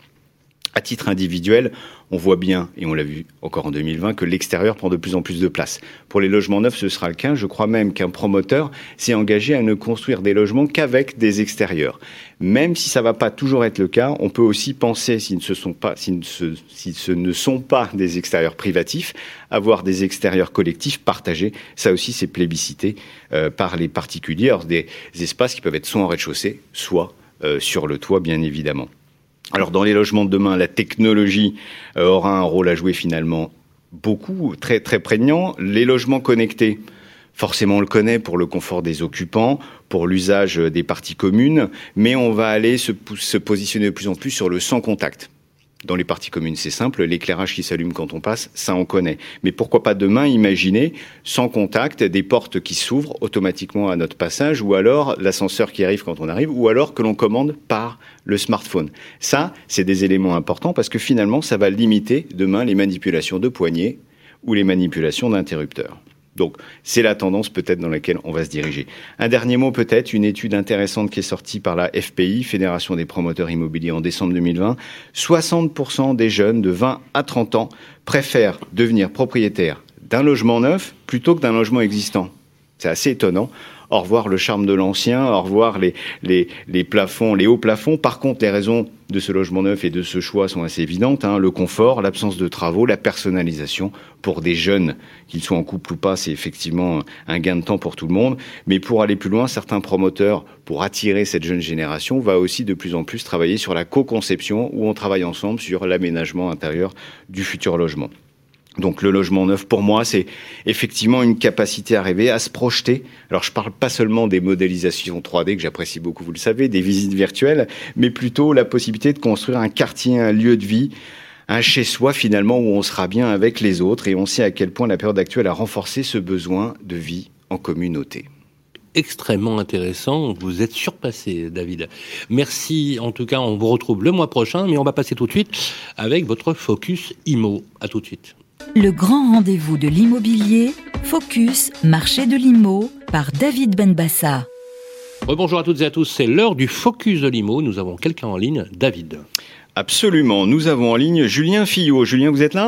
À titre individuel, on voit bien, et on l'a vu encore en deux mille vingt, que l'extérieur prend de plus en plus de place. Pour les logements neufs, ce sera le cas. Je crois même qu'un promoteur s'est engagé à ne construire des logements qu'avec des extérieurs. Même si ça ne va pas toujours être le cas, on peut aussi penser, s'ils ne, sont pas, s'ils ne, se, s'ils ce ne sont pas des extérieurs privatifs, avoir des extérieurs collectifs partagés. Ça aussi, c'est plébiscité euh, par les particuliers. Alors, des espaces qui peuvent être soit en rez-de-chaussée, soit euh, sur le toit, bien évidemment. Alors, dans les logements de demain, la technologie euh, aura un rôle à jouer finalement beaucoup, très, très prégnant. Les logements connectés, forcément, on le connaît pour le confort des occupants, pour l'usage des parties communes, mais on va aller se, se positionner de plus en plus sur le sans contact. Dans les parties communes, c'est simple, l'éclairage qui s'allume quand on passe, ça on connaît. Mais pourquoi pas demain imaginer, sans contact, des portes qui s'ouvrent automatiquement à notre passage, ou alors l'ascenseur qui arrive quand on arrive, ou alors que l'on commande par le smartphone. Ça, c'est des éléments importants parce que finalement, ça va limiter demain les manipulations de poignées ou les manipulations d'interrupteurs. Donc, c'est la tendance peut-être dans laquelle on va se diriger. Un dernier mot peut-être, une étude intéressante qui est sortie par la F P I, Fédération des promoteurs immobiliers, en décembre deux mille vingt. soixante pour cent des jeunes de vingt à trente ans préfèrent devenir propriétaires d'un logement neuf plutôt que d'un logement existant. C'est assez étonnant. Au revoir le charme de l'ancien, au revoir les, les, les plafonds, les hauts plafonds. Par contre, les raisons de ce logement neuf et de ce choix sont assez évidentes. Hein. Le confort, l'absence de travaux, la personnalisation. Pour des jeunes, qu'ils soient en couple ou pas, c'est effectivement un gain de temps pour tout le monde. Mais pour aller plus loin, certains promoteurs, pour attirer cette jeune génération, va aussi de plus en plus travailler sur la co-conception où on travaille ensemble sur l'aménagement intérieur du futur logement. Donc le logement neuf, pour moi, c'est effectivement une capacité à rêver, à se projeter. Alors je parle pas seulement des modélisations trois D que j'apprécie beaucoup, vous le savez, des visites virtuelles, mais plutôt la possibilité de construire un quartier, un lieu de vie, un chez-soi finalement où on sera bien avec les autres. Et on sait à quel point la période actuelle a renforcé ce besoin de vie en communauté. Extrêmement intéressant. Vous êtes surpassé, David. Merci. En tout cas, on vous retrouve le mois prochain, mais on va passer tout de suite avec votre Focus Immo. À tout de suite. Le grand rendez-vous de l'immobilier, Focus, marché de l'immo, par David Benbassa. Bonjour à toutes et à tous, c'est l'heure du Focus de l'immo. Nous avons quelqu'un en ligne, David. Absolument, nous avons en ligne Julien Fillot. Julien, vous êtes là ?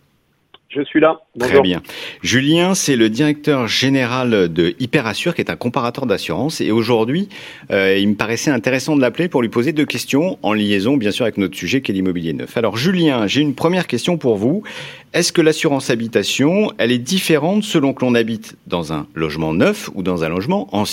Je suis là. Bonjour. Très bien. Julien, c'est le directeur général de Hyperassure, qui est un comparateur d'assurance. Et aujourd'hui, euh, il me paraissait intéressant de l'appeler pour lui poser deux questions, en liaison, bien sûr, avec notre sujet, qui est l'immobilier neuf. Alors, Julien, j'ai une première question pour vous. Est-ce que l'assurance habitation, elle est différente selon que l'on habite dans un logement neuf ou dans un logement ancien ?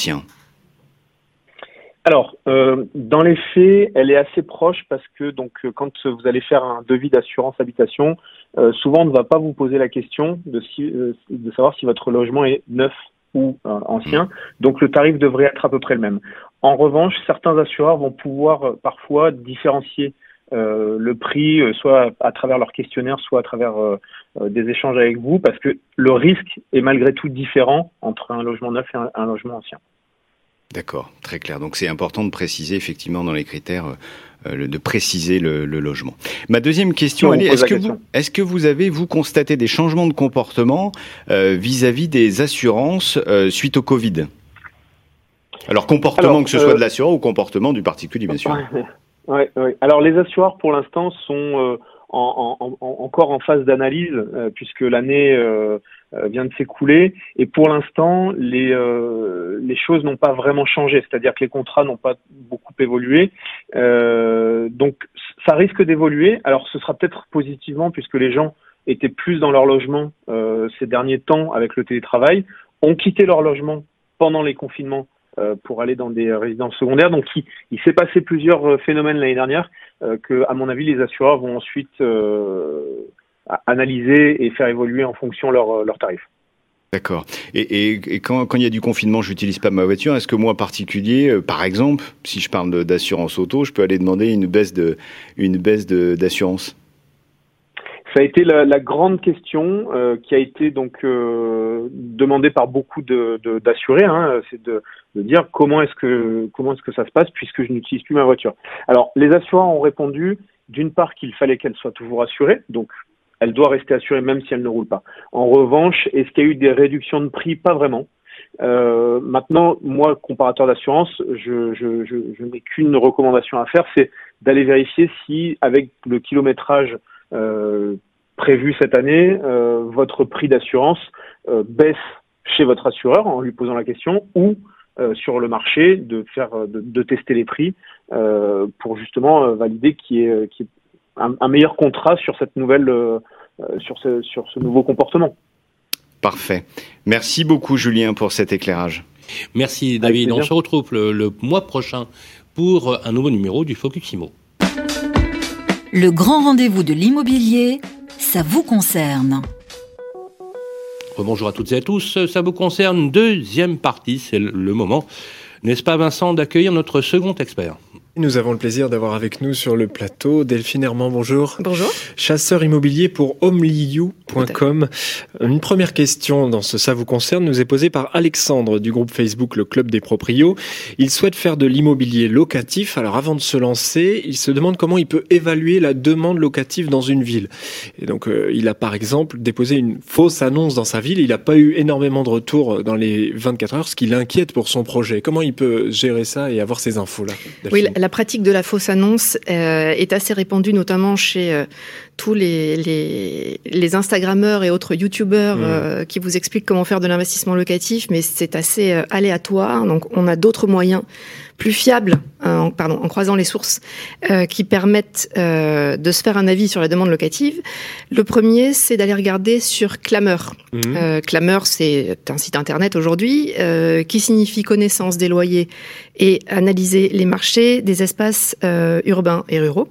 Alors, euh, dans les faits, elle est assez proche parce que donc quand vous allez faire un devis d'assurance habitation, euh, souvent on ne va pas vous poser la question de, si, euh, de savoir si votre logement est neuf ou euh, ancien. Donc le tarif devrait être à peu près le même. En revanche, certains assureurs vont pouvoir euh, parfois différencier euh, le prix, euh, soit à travers leur questionnaire, soit à travers euh, euh, des échanges avec vous, parce que le risque est malgré tout différent entre un logement neuf et un, un logement ancien. D'accord, très clair. Donc c'est important de préciser effectivement dans les critères, euh, de préciser le, le logement. Ma deuxième question, elle est, est-ce que, vous, est-ce que vous avez, vous, constaté des changements de comportement euh, vis-à-vis des assurances euh, suite au Covid ? Alors comportement, Alors, que ce soit euh, de l'assureur ou comportement du particulier, bien sûr. Oui, oui. Alors les assureurs, pour l'instant, sont euh, en, en, en, encore en phase d'analyse, euh, puisque l'année... Euh, vient de s'écouler et pour l'instant les euh, les choses n'ont pas vraiment changé, c'est-à-dire que les contrats n'ont pas beaucoup évolué, euh, donc ça risque d'évoluer. Alors ce sera peut-être positivement puisque les gens étaient plus dans leur logement euh, ces derniers temps avec le télétravail, ont quitté leur logement pendant les confinements euh, pour aller dans des résidences secondaires. Donc il, il s'est passé plusieurs phénomènes l'année dernière euh, que, à mon avis, les assureurs vont ensuite euh, analyser et faire évoluer en fonction de leurs leur tarifs. D'accord. Et, et, et quand, quand il y a du confinement, je n'utilise pas ma voiture. Est-ce que moi, en particulier, euh, par exemple, si je parle de, d'assurance auto, je peux aller demander une baisse de, une baisse de, d'assurance ? Ça a été la, la grande question euh, qui a été donc euh, demandée par beaucoup de, de, d'assurés. Hein, c'est de, de dire comment est-ce que comment est-ce que ça se passe puisque je n'utilise plus ma voiture. Alors, les assureurs ont répondu d'une part qu'il fallait qu'elle soit toujours assurée, donc elle doit rester assurée même si elle ne roule pas. En revanche, est-ce qu'il y a eu des réductions de prix ? Pas vraiment. Euh, maintenant, moi, comparateur d'assurance, je, je, je, je n'ai qu'une recommandation à faire, c'est d'aller vérifier si, avec le kilométrage euh, prévu cette année, euh, votre prix d'assurance euh, baisse chez votre assureur en lui posant la question, ou euh, sur le marché de faire, de, de tester les prix euh, pour justement euh, valider qu'il y ait, qu'il y ait Un, un meilleur contrat sur cette nouvelle, euh, sur ce, sur ce nouveau comportement. Parfait. Merci beaucoup, Julien, pour cet éclairage. Merci, David. On se retrouve le, le mois prochain pour un nouveau numéro du Focus Immo. Le grand rendez-vous de l'immobilier, ça vous concerne. Bonjour à toutes et à tous. Ça vous concerne. Deuxième partie, c'est le moment, n'est-ce pas, Vincent, d'accueillir notre second expert. Nous avons le plaisir d'avoir avec nous sur le plateau Delphine Herman, bonjour. Bonjour. Chasseur immobilier pour homelyou point com. Une première question dans ce Ça vous concerne nous est posée par Alexandre du groupe Facebook Le Club des Proprios. Il souhaite faire de l'immobilier locatif. Alors avant de se lancer, il se demande comment il peut évaluer la demande locative dans une ville. Et donc euh, il a par exemple déposé une fausse annonce dans sa ville. Il n'a pas eu énormément de retours dans les vingt-quatre heures, ce qui l'inquiète pour son projet. Comment il peut gérer ça et avoir ces infos-là, Delphine ? Oui, la La pratique de la fausse annonce euh, est assez répandue, notamment chez euh, tous les, les, les Instagrammeurs et autres YouTubeurs mmh. euh, qui vous expliquent comment faire de l'investissement locatif, mais c'est assez euh, aléatoire. Donc, on a d'autres moyens plus fiables, euh, en, pardon, en croisant les sources, euh, qui permettent euh, de se faire un avis sur la demande locative. Le premier, c'est d'aller regarder sur Clammeur. Mmh. Euh, Clammeur, c'est un site internet aujourd'hui euh, qui signifie connaissance des loyers et analyser les marchés des espaces euh, urbains et ruraux,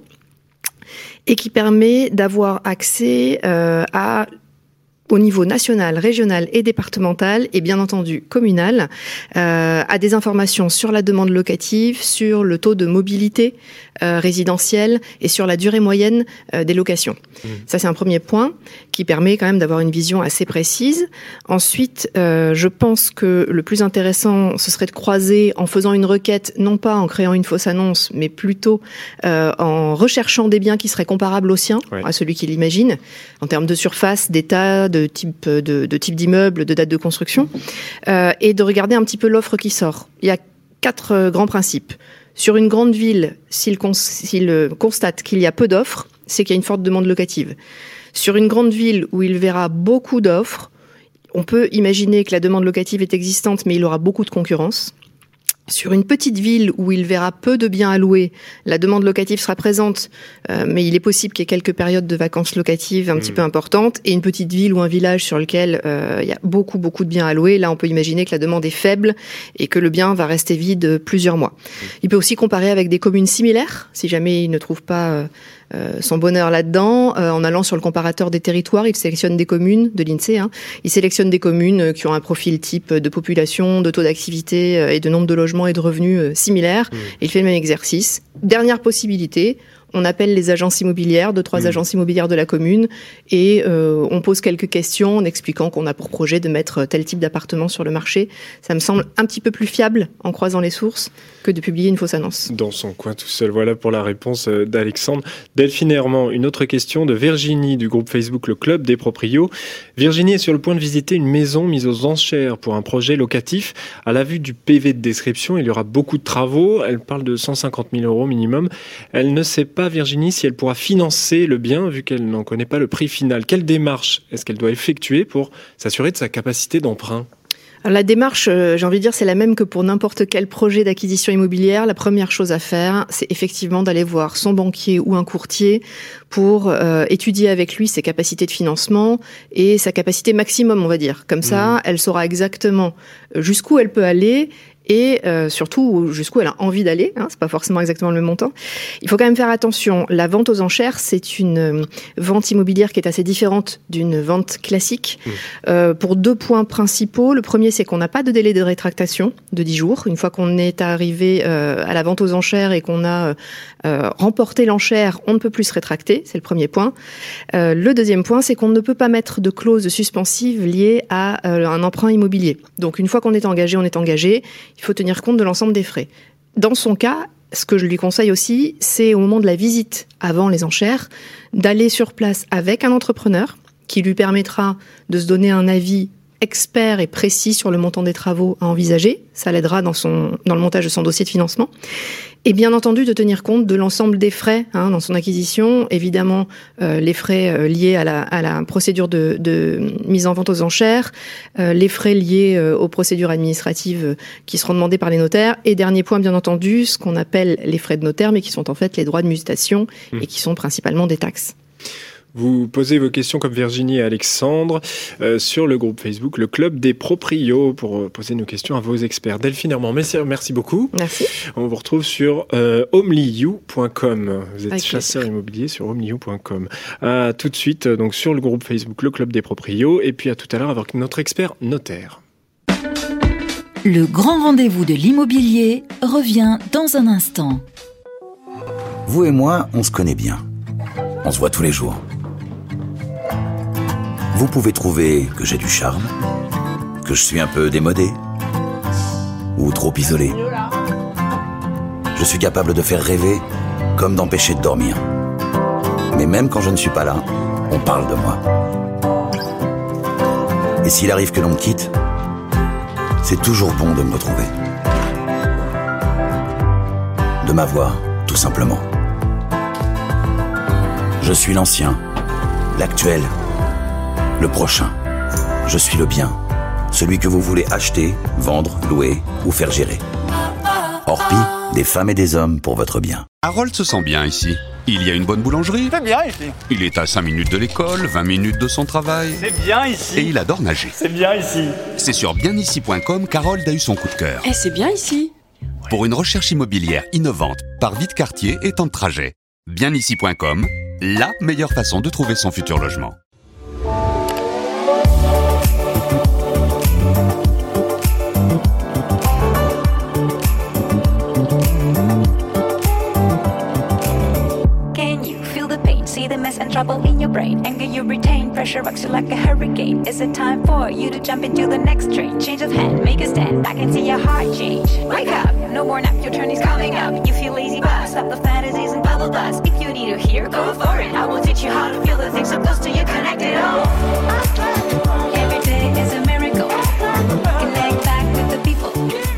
et qui permet d'avoir accès euh, à au niveau national, régional et départemental, et bien entendu communal, euh, à des informations sur la demande locative, sur le taux de mobilité euh, résidentielle et sur la durée moyenne euh, des locations. Mmh. Ça, c'est un premier point qui permet quand même d'avoir une vision assez précise. Ensuite, euh, je pense que le plus intéressant, ce serait de croiser en faisant une requête, non pas en créant une fausse annonce, mais plutôt euh, en recherchant des biens qui seraient comparables aux siens, ouais. à celui qu'il imagine, en termes de surface, d'état, de de type de, de type d'immeuble, de date de construction, euh, et de regarder un petit peu l'offre qui sort. Il y a quatre euh, grands principes. Sur une grande ville, s'il, cons- s'il euh, constate qu'il y a peu d'offres, c'est qu'il y a une forte demande locative. Sur une grande ville où il verra beaucoup d'offres, on peut imaginer que la demande locative est existante, mais il aura beaucoup de concurrence. Sur une petite ville où il verra peu de biens à louer, la demande locative sera présente, euh, mais il est possible qu'il y ait quelques périodes de vacances locatives un mmh. petit peu importantes. Et une petite ville ou un village sur lequel euh, il y a beaucoup, beaucoup de biens à louer, là on peut imaginer que la demande est faible et que le bien va rester vide plusieurs mois. Mmh. Il peut aussi comparer avec des communes similaires, si jamais il ne trouve pas euh, euh, son bonheur là-dedans. Euh, en allant sur le comparateur des territoires, il sélectionne des communes, de l'INSEE, hein, il sélectionne des communes qui ont un profil type de population, de taux d'activité euh, et de nombre de logements et de revenus euh, similaires. Mmh. Et il fait le même exercice. Dernière possibilité, on appelle les agences immobilières, deux, trois mmh. agences immobilières de la commune, et euh, on pose quelques questions en expliquant qu'on a pour projet de mettre tel type d'appartement sur le marché. Ça me semble un petit peu plus fiable en croisant les sources que de publier une fausse annonce. Dans son coin tout seul, voilà pour la réponse d'Alexandre. Delphine Herman, une autre question de Virginie du groupe Facebook Le Club des Proprios. Virginie est sur le point de visiter une maison mise aux enchères pour un projet locatif. À la vue du P V de description, il y aura beaucoup de travaux. Elle parle de cent cinquante mille euros minimum. Elle ne sait pas, Virginie, si elle pourra financer le bien vu qu'elle n'en connaît pas le prix final. Quelle démarche est-ce qu'elle doit effectuer pour s'assurer de sa capacité d'emprunt ? Alors, la démarche, euh, j'ai envie de dire, c'est la même que pour n'importe quel projet d'acquisition immobilière. La première chose à faire, c'est effectivement d'aller voir son banquier ou un courtier pour euh, étudier avec lui ses capacités de financement et sa capacité maximum, on va dire. Comme ça, mmh. elle saura exactement jusqu'où elle peut aller et euh, surtout jusqu'où elle a envie d'aller. Hein, c'est pas forcément exactement le même montant. Il faut quand même faire attention. La vente aux enchères, c'est une vente immobilière qui est assez différente d'une vente classique mmh. euh, pour deux points principaux. Le premier, c'est qu'on n'a pas de délai de rétractation de dix jours. Une fois qu'on est arrivé euh, à la vente aux enchères et qu'on a euh, remporté l'enchère, on ne peut plus se rétracter. C'est le premier point. Euh, le deuxième point, c'est qu'on ne peut pas mettre de clause suspensive liée à euh, un emprunt immobilier. Donc, une fois qu'on est engagé, on est engagé. Il faut tenir compte de l'ensemble des frais. Dans son cas, ce que je lui conseille aussi, c'est au moment de la visite, avant les enchères, d'aller sur place avec un entrepreneur qui lui permettra de se donner un avis expert et précis sur le montant des travaux à envisager. Ça l'aidera dans son, dans le montage de son dossier de financement. Et bien entendu, de tenir compte de l'ensemble des frais hein, dans son acquisition. Évidemment, euh, les frais euh, liés à la, à la procédure de, de mise en vente aux enchères, euh, les frais liés euh, aux procédures administratives euh, qui seront demandées par les notaires. Et dernier point, bien entendu, ce qu'on appelle les frais de notaire, mais qui sont en fait les droits de mutation mmh. et qui sont principalement des taxes. Vous posez vos questions comme Virginie et Alexandre euh, sur le groupe Facebook, le Club des Proprios, pour euh, poser nos questions à vos experts. Delphine Herman, merci, merci beaucoup. Merci. On vous retrouve sur euh, homelyou point com. Vous êtes Avec chasseur plaisir. Immobilier sur homelyou point com. À tout de suite, donc sur le groupe Facebook, le Club des Proprios, et puis à tout à l'heure avec notre expert notaire. Le grand rendez-vous de l'immobilier revient dans un instant. Vous et moi, on se connaît bien. On se voit tous les jours. Vous pouvez trouver que j'ai du charme, que je suis un peu démodé ou trop isolé. Je suis capable de faire rêver comme d'empêcher de dormir. Mais même quand je ne suis pas là, on parle de moi. Et s'il arrive que l'on me quitte, c'est toujours bon de me retrouver. De m'avoir, tout simplement. Je suis l'ancien, l'actuel, le prochain. Je suis le bien, celui que vous voulez acheter, vendre, louer ou faire gérer. Orpi, des femmes et des hommes pour votre bien. Harold se sent bien ici. Il y a une bonne boulangerie. C'est bien ici. Il est à cinq minutes de l'école, vingt minutes de son travail. C'est bien ici. Et il adore nager. C'est bien ici. C'est sur bien ici point com qu'Harold a eu son coup de cœur. Eh, c'est bien ici. Pour une recherche immobilière innovante, par vie de quartier et temps de trajet. bien ici point com, la meilleure façon de trouver son futur logement. See the mess and trouble in your brain. Anger you retain, pressure rocks you like a hurricane. Is it time for you to jump into the next train? Change of hand, make a stand, I can see your heart change. Wake up, no more nap, your turn is coming up. You feel lazy, but stop the fantasies and bubble dust. If you need to hear, go for it. I will teach you how to feel the things so close to you, connected all. Every day is a miracle. Connect back with the people.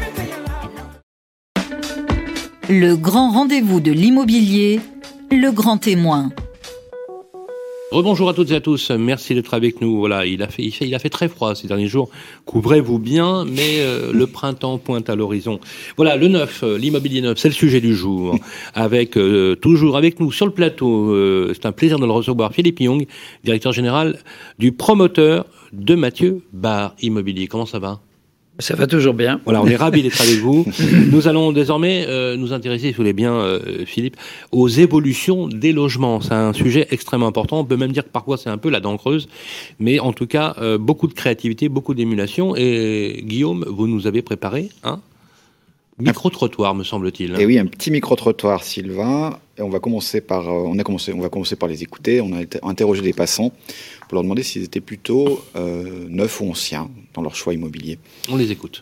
Le grand rendez-vous de l'immobilier, le grand témoin. Rebonjour à toutes et à tous, merci d'être avec nous. Voilà, il a fait, il fait, il a fait très froid ces derniers jours. Couvrez-vous bien, mais euh, le printemps pointe à l'horizon. Voilà, le neuf, euh, l'immobilier neuf, c'est le sujet du jour. Avec euh, toujours avec nous sur le plateau, euh, c'est un plaisir de le recevoir, Philippe Young, directeur général du promoteur de Mathieu Barre Immobilier. Comment ça va ? Ça va toujours bien. Voilà, on est ravis d'être avec vous. Nous allons désormais euh, nous intéresser, si vous voulez bien, euh, Philippe, aux évolutions des logements. C'est un sujet extrêmement important. On peut même dire que parfois c'est un peu la dent creuse, mais en tout cas, euh, beaucoup de créativité, beaucoup d'émulation. Et Guillaume, vous nous avez préparé un micro-trottoir, me semble-t-il. Et oui, un petit micro-trottoir, Sylvain. Et on va commencer par, euh, on a commencé, on va commencer par les écouter. On a été, interrogé des passants pour leur demander s'ils étaient plutôt euh, neufs ou anciens dans leur choix immobilier. On les écoute.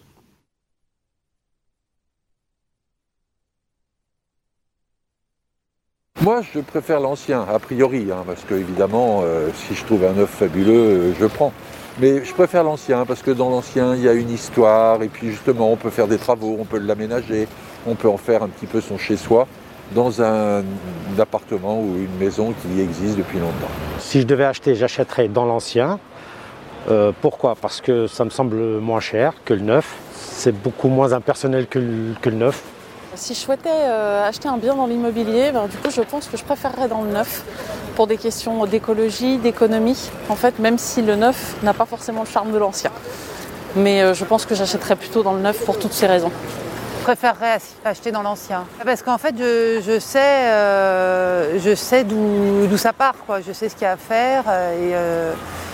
Moi, je préfère l'ancien, a priori, hein, parce que évidemment, euh, si je trouve un neuf fabuleux, euh, je prends. Mais je préfère l'ancien, parce que dans l'ancien, il y a une histoire, et puis justement, on peut faire des travaux, on peut l'aménager, on peut en faire un petit peu son chez-soi, dans un, un appartement ou une maison qui existe depuis longtemps. Si je devais acheter, j'achèterais dans l'ancien. Euh, pourquoi ? Parce que ça me semble moins cher que le neuf. C'est beaucoup moins impersonnel que le, que le neuf. Si je souhaitais euh, acheter un bien dans l'immobilier, ben, du coup, je pense que je préférerais dans le neuf pour des questions d'écologie, d'économie. En fait, même si le neuf n'a pas forcément le charme de l'ancien. Mais euh, je pense que j'achèterais plutôt dans le neuf pour toutes ces raisons. Je préférerais acheter dans l'ancien. Parce qu'en fait, je, je sais, euh, je sais d'où, d'où ça part, quoi. Je sais ce qu'il y a à faire. Et, euh,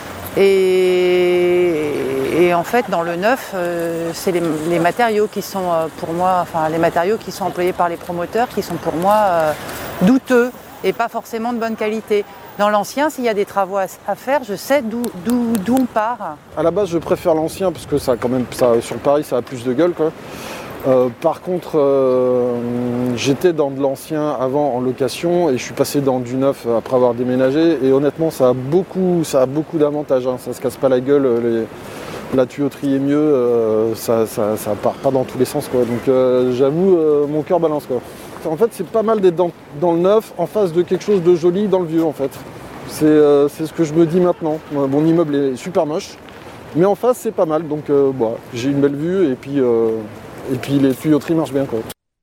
et, et en fait, dans le neuf, euh, c'est les, les matériaux qui sont euh, pour moi, enfin les matériaux qui sont employés par les promoteurs, qui sont pour moi euh, douteux et pas forcément de bonne qualité. Dans l'ancien, s'il y a des travaux à, à faire, je sais d'où, d'où, d'où on part. À la base, je préfère l'ancien parce que ça, quand même, ça, sur Paris, ça a plus de gueule, quoi. Euh, par contre, euh, j'étais dans de l'ancien avant en location et je suis passé dans du neuf après avoir déménagé. Et honnêtement, ça a beaucoup, ça a beaucoup d'avantages. Hein. Ça se casse pas la gueule, les, la tuyauterie est mieux, euh, ça, ça, ça part pas dans tous les sens, quoi. Donc, euh, j'avoue, euh, mon cœur balance, quoi. En fait, c'est pas mal d'être dans, dans le neuf en face de quelque chose de joli dans le vieux, en fait. C'est, euh, c'est ce que je me dis maintenant. Mon immeuble est super moche, mais en face, c'est pas mal. Donc, euh, bah, j'ai une belle vue et puis. Euh, Et puis les tuyauteries marchent bien, quoi.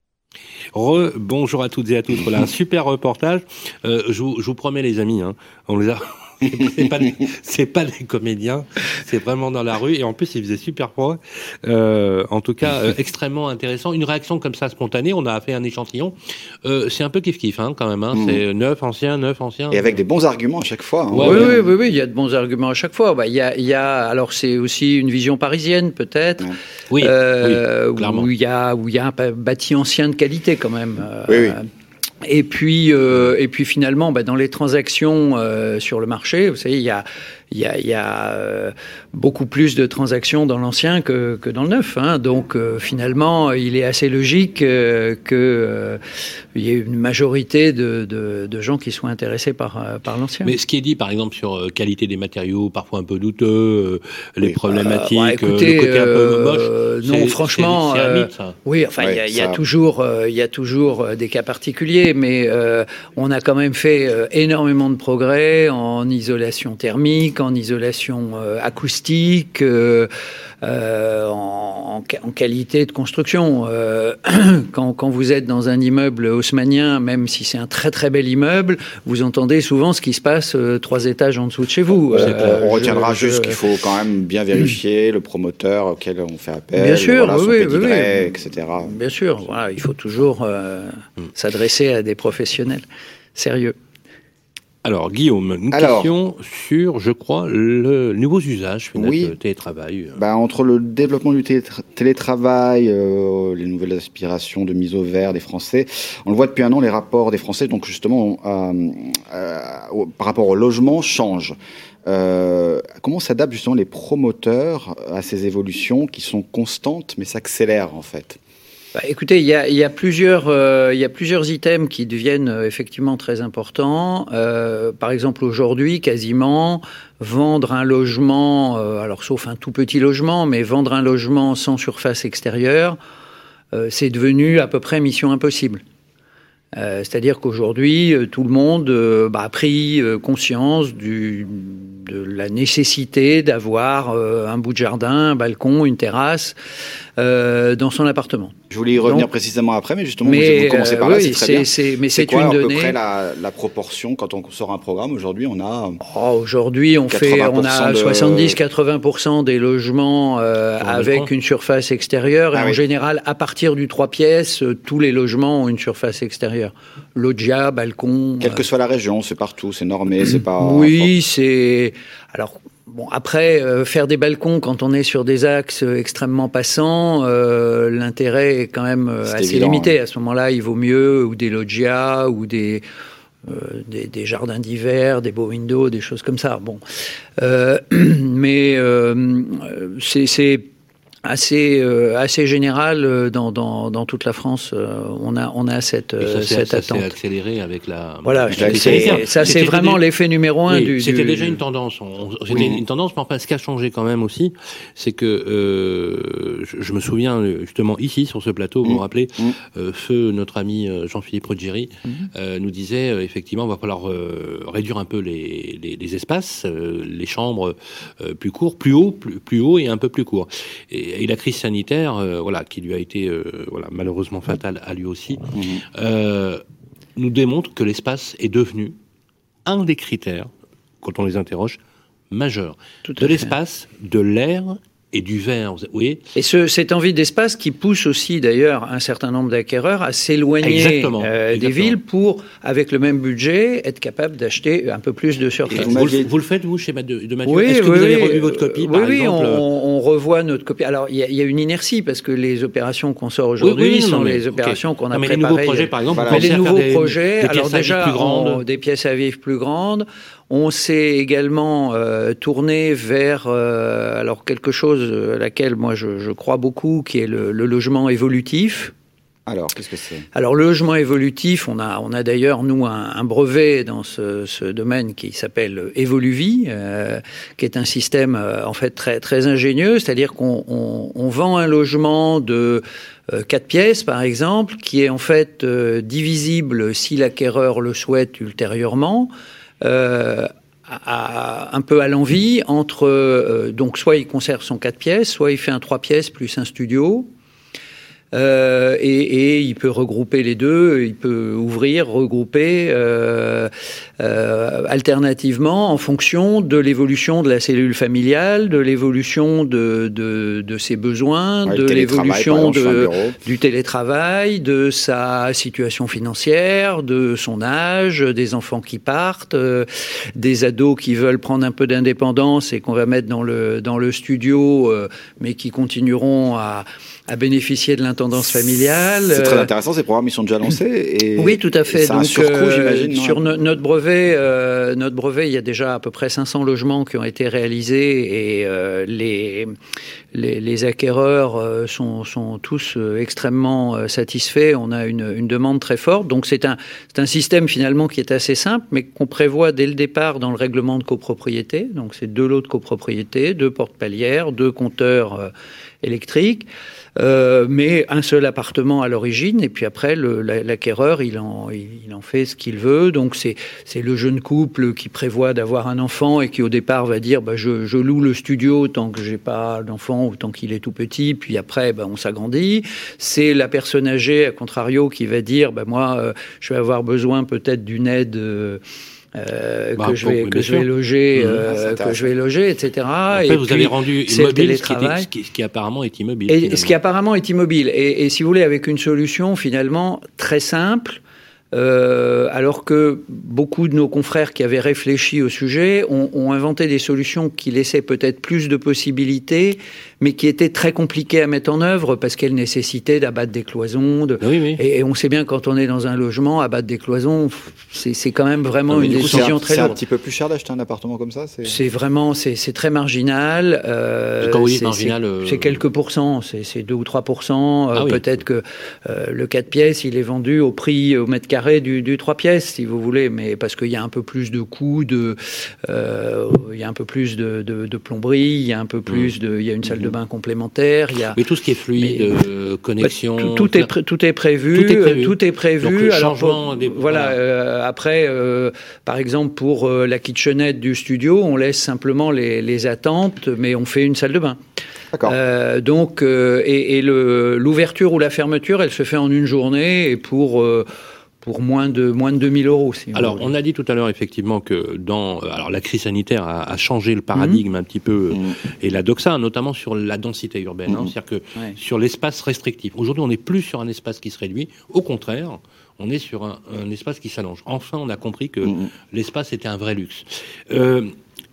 Re, bonjour à toutes et à tous. Voilà un super reportage. Euh, je, vous, je vous promets, les amis, hein, on les a. c'est pas des, c'est pas des comédiens, c'est vraiment dans la rue et en plus il faisait super froid. Euh, en tout cas, euh, extrêmement intéressant. Une réaction comme ça spontanée, on a fait un échantillon. Euh, c'est un peu kiff kiff hein, quand même. Hein. Mmh. C'est neuf anciens, neuf anciens. Et avec des bons arguments à chaque fois. Hein. Ouais, oui, oui, oui, oui, il y a de bons arguments à chaque fois. Bah, il y a, il y a, alors c'est aussi une vision parisienne peut-être. Oui, euh, oui, clairement. Où il y a, où il y a un bâti ancien de qualité quand même. Euh, oui, oui. Et puis, euh, et puis finalement, bah, dans les transactions euh, sur le marché, vous savez, il y a, il y a, il y a euh, beaucoup plus de transactions dans l'ancien que, que dans le neuf. Hein. Donc, euh, finalement, il est assez logique euh, que euh, il y ait une majorité de, de, de gens qui soient intéressés par, euh, par l'ancien. Mais ce qui est dit, par exemple, sur euh, qualité des matériaux, parfois un peu douteux, euh, les oui, problématiques, bah, écoutez, euh, le côté un peu moche. Euh, non, c'est, franchement, c'est, c'est un euh, mythe, ça. Oui, enfin, il ouais, y, y a toujours, euh, il y a toujours des cas particuliers, mais euh, on a quand même fait euh, énormément de progrès en isolation thermique, en isolation euh, acoustique, euh, euh, en, en qualité de construction. Euh, quand, quand vous êtes dans un immeuble haussmannien, même si c'est un très très bel immeuble, vous entendez souvent ce qui se passe euh, trois étages en dessous de chez vous. Euh, on retiendra je, juste je... qu'il faut quand même bien vérifier le promoteur auquel on fait appel, bien sûr, voilà, oui, son oui, pédigré, oui, et cetera. Bien sûr, voilà, il faut toujours euh, mm. s'adresser à des professionnels sérieux. Alors, Guillaume, une Alors, question sur, je crois, le nouveaux usages oui, de télétravail. Bah, entre le développement du télétra- télétravail, euh, les nouvelles aspirations de mise au vert des Français, on le voit depuis un an, les rapports des Français, donc justement, euh, euh, par rapport au logement, changent. Euh, comment s'adaptent justement les promoteurs à ces évolutions qui sont constantes, mais s'accélèrent en fait ? Bah, écoutez, il y a, y a plusieurs, euh, y a plusieurs items qui deviennent euh, effectivement très importants. Euh, par exemple, aujourd'hui, quasiment, vendre un logement, euh, alors sauf un tout petit logement, mais vendre un logement sans surface extérieure, euh, c'est devenu à peu près mission impossible. Euh, c'est-à-dire qu'aujourd'hui, euh, tout le monde euh, bah, a pris euh, conscience du, de la nécessité d'avoir euh, un bout de jardin, un balcon, une terrasse euh, dans son appartement. Je voulais y revenir Donc, précisément après, mais justement, mais, vous, vous commencez par là, euh, oui, c'est très c'est, bien. C'est, mais c'est, c'est quoi une à donnée... peu près la, la proportion quand on sort un programme? Aujourd'hui, on a... Oh, aujourd'hui, on fait, on a soixante-dix à quatre-vingts pour cent des logements euh, avec une surface extérieure. Ah, et oui. En général, à partir du trois pièces, euh, tous les logements ont une surface extérieure. Loggia, balcon... Quelle que soit la région, c'est partout, c'est normé, c'est pas... Oui, c'est... Alors... Bon, après, euh, faire des balcons quand on est sur des axes euh, extrêmement passants, euh, l'intérêt est quand même euh, assez évident, limité. Hein. À ce moment-là, il vaut mieux ou des loggias ou des, euh, des, des jardins d'hiver, des beaux windows, des choses comme ça. Bon, euh, mais euh, c'est... c'est assez euh, assez général euh, dans, dans dans toute la France. Euh, on a on a cette euh, ça, cette ça attente. Ça s'est accéléré avec la. Voilà, la c'est, ça c'est vraiment des... l'effet numéro un oui, du. C'était du... déjà une tendance. On, c'était oui. une tendance, mais enfin, ce qui a changé quand même aussi, c'est que euh, je, je me souviens justement ici sur ce plateau, vous mmh. vous rappelez, mmh. euh, feu notre ami Jean-Philippe Ruggieri mmh. euh, nous disait euh, effectivement, il va falloir euh, réduire un peu les les, les espaces, euh, les chambres euh, plus courts, plus haut, plus, plus haut et un peu plus court. Et, Et la crise sanitaire, euh, voilà, qui lui a été euh, voilà, malheureusement fatale à lui aussi, mmh. euh, nous démontre que l'espace est devenu un des critères, quand on les interroge, majeurs. Tout de fait. L'espace, de l'air et du vert, vous voyez. Et ce, cette envie d'espace qui pousse aussi d'ailleurs un certain nombre d'acquéreurs à s'éloigner exactement, euh, exactement. des villes pour, avec le même budget, être capable d'acheter un peu plus de surface. Vous, vous, vous le faites, vous, chez de, de Mathieu oui, Est-ce que oui, vous avez oui, revu votre copie, oui, par oui, exemple on, on revoit notre copie. Alors, il y, y a une inertie, parce que les opérations qu'on sort aujourd'hui oui, oui, sont mais, les opérations okay. qu'on a non, mais préparées. Les nouveaux projets, par exemple, voilà. Mais les nouveaux des, projets, des alors déjà, plus grandes. On, des pièces à vivre plus grandes. On s'est également euh, tourné vers euh, alors quelque chose à laquelle moi je, je crois beaucoup, qui est le, le logement évolutif. Alors, qu'est-ce que c'est ? Alors, le logement évolutif, on a, on a d'ailleurs, nous, un, un brevet dans ce, ce domaine qui s'appelle Evoluvie, euh, qui est un système, euh, en fait, très, très ingénieux. C'est-à-dire qu'on on, on vend un logement de euh, quatre pièces, par exemple, qui est, en fait, euh, divisible si l'acquéreur le souhaite ultérieurement. Euh, à, à, un peu à l'envie entre euh, donc soit il conserve son quatre pièces, soit il fait un trois pièces plus un studio. Euh, et, et il peut regrouper les deux, il peut ouvrir, regrouper euh, euh, alternativement en fonction de l'évolution de la cellule familiale, de l'évolution de, de, de ses besoins, ouais, de l'évolution de, du télétravail, de sa situation financière, de son âge, des enfants qui partent, euh, des ados qui veulent prendre un peu d'indépendance et qu'on va mettre dans le, dans le studio, euh, mais qui continueront à à bénéficier de l'intendance familiale. C'est très intéressant, ces programmes, ils sont déjà lancés. Et oui, tout à fait. C'est un surcoût, euh, j'imagine. Sur no- notre brevet, euh, notre brevet, il y a déjà à peu près cinq cents logements qui ont été réalisés et euh, les, les, les acquéreurs euh, sont, sont tous euh, extrêmement euh, satisfaits. On a une, une demande très forte. Donc c'est un, c'est un système finalement qui est assez simple, mais qu'on prévoit dès le départ dans le règlement de copropriété. Donc c'est deux lots de copropriété, deux portes palières, deux compteurs euh, électriques. Euh, mais un seul appartement à l'origine, et puis après le, l'acquéreur il en, il en fait ce qu'il veut. Donc c'est, c'est le jeune couple qui prévoit d'avoir un enfant et qui au départ va dire bah, je, je loue le studio tant que j'ai pas d'enfant ou tant qu'il est tout petit, puis après bah, on s'agrandit. C'est la personne âgée à contrario qui va dire bah, moi euh, je vais avoir besoin peut-être d'une aide euh, Euh, bah, que je vais que je vais loger, euh, que je vais loger, et cetera. Après, et vous puis, avez rendu immobile ce qui, était, ce, qui, ce qui apparemment est immobile. Et ce qui apparemment est immobile. Et, et si vous voulez, avec une solution finalement très simple. Euh, alors que beaucoup de nos confrères qui avaient réfléchi au sujet ont, ont inventé des solutions qui laissaient peut-être plus de possibilités, mais qui étaient très compliquées à mettre en œuvre parce qu'elles nécessitaient d'abattre des cloisons. De... Oui, oui. Et, et on sait bien quand on est dans un logement, abattre des cloisons, c'est, c'est quand même vraiment non, une coup, décision c'est très lourde. C'est un petit peu plus cher d'acheter un appartement comme ça. C'est, c'est vraiment, c'est, c'est très marginal. Euh, quand vous dites c'est, marginal, c'est, euh... c'est quelques pourcents, c'est, c'est deux ou trois pourcents. Ah, euh, oui. Peut-être que euh, le quatre pièces, il est vendu au prix au mètre carré du, du trois pièces, si vous voulez, mais parce qu'il y a un peu plus de coûts, de, euh, il y a un peu plus de, de, de plomberie, il y a un peu plus de, il y a une salle de bain complémentaire, il y a. Mais tout ce qui est fluide, mais, connexion. Bah, tout, tout, est pré- tout est prévu, tout est prévu. Tout est prévu. Donc, le alors, changement pour, des... voilà. voilà. Euh, après, euh, par exemple, pour euh, la kitchenette du studio, on laisse simplement les, les attentes, mais on fait une salle de bain. D'accord. Euh, donc, euh, et, et le, l'ouverture ou la fermeture, elle se fait en une journée et pour. Euh, pour moins de moins de deux mille euros. Si alors, on a dit tout à l'heure effectivement que dans alors la crise sanitaire a, a changé le paradigme mmh. un petit peu mmh. et la doxa, notamment sur la densité urbaine, mmh. hein, c'est-à-dire que ouais. sur l'espace restrictif. Aujourd'hui, on n'est plus sur un espace qui se réduit. Au contraire, on est sur un, un espace qui s'allonge. Enfin, on a compris que mmh. l'espace était un vrai luxe. Euh,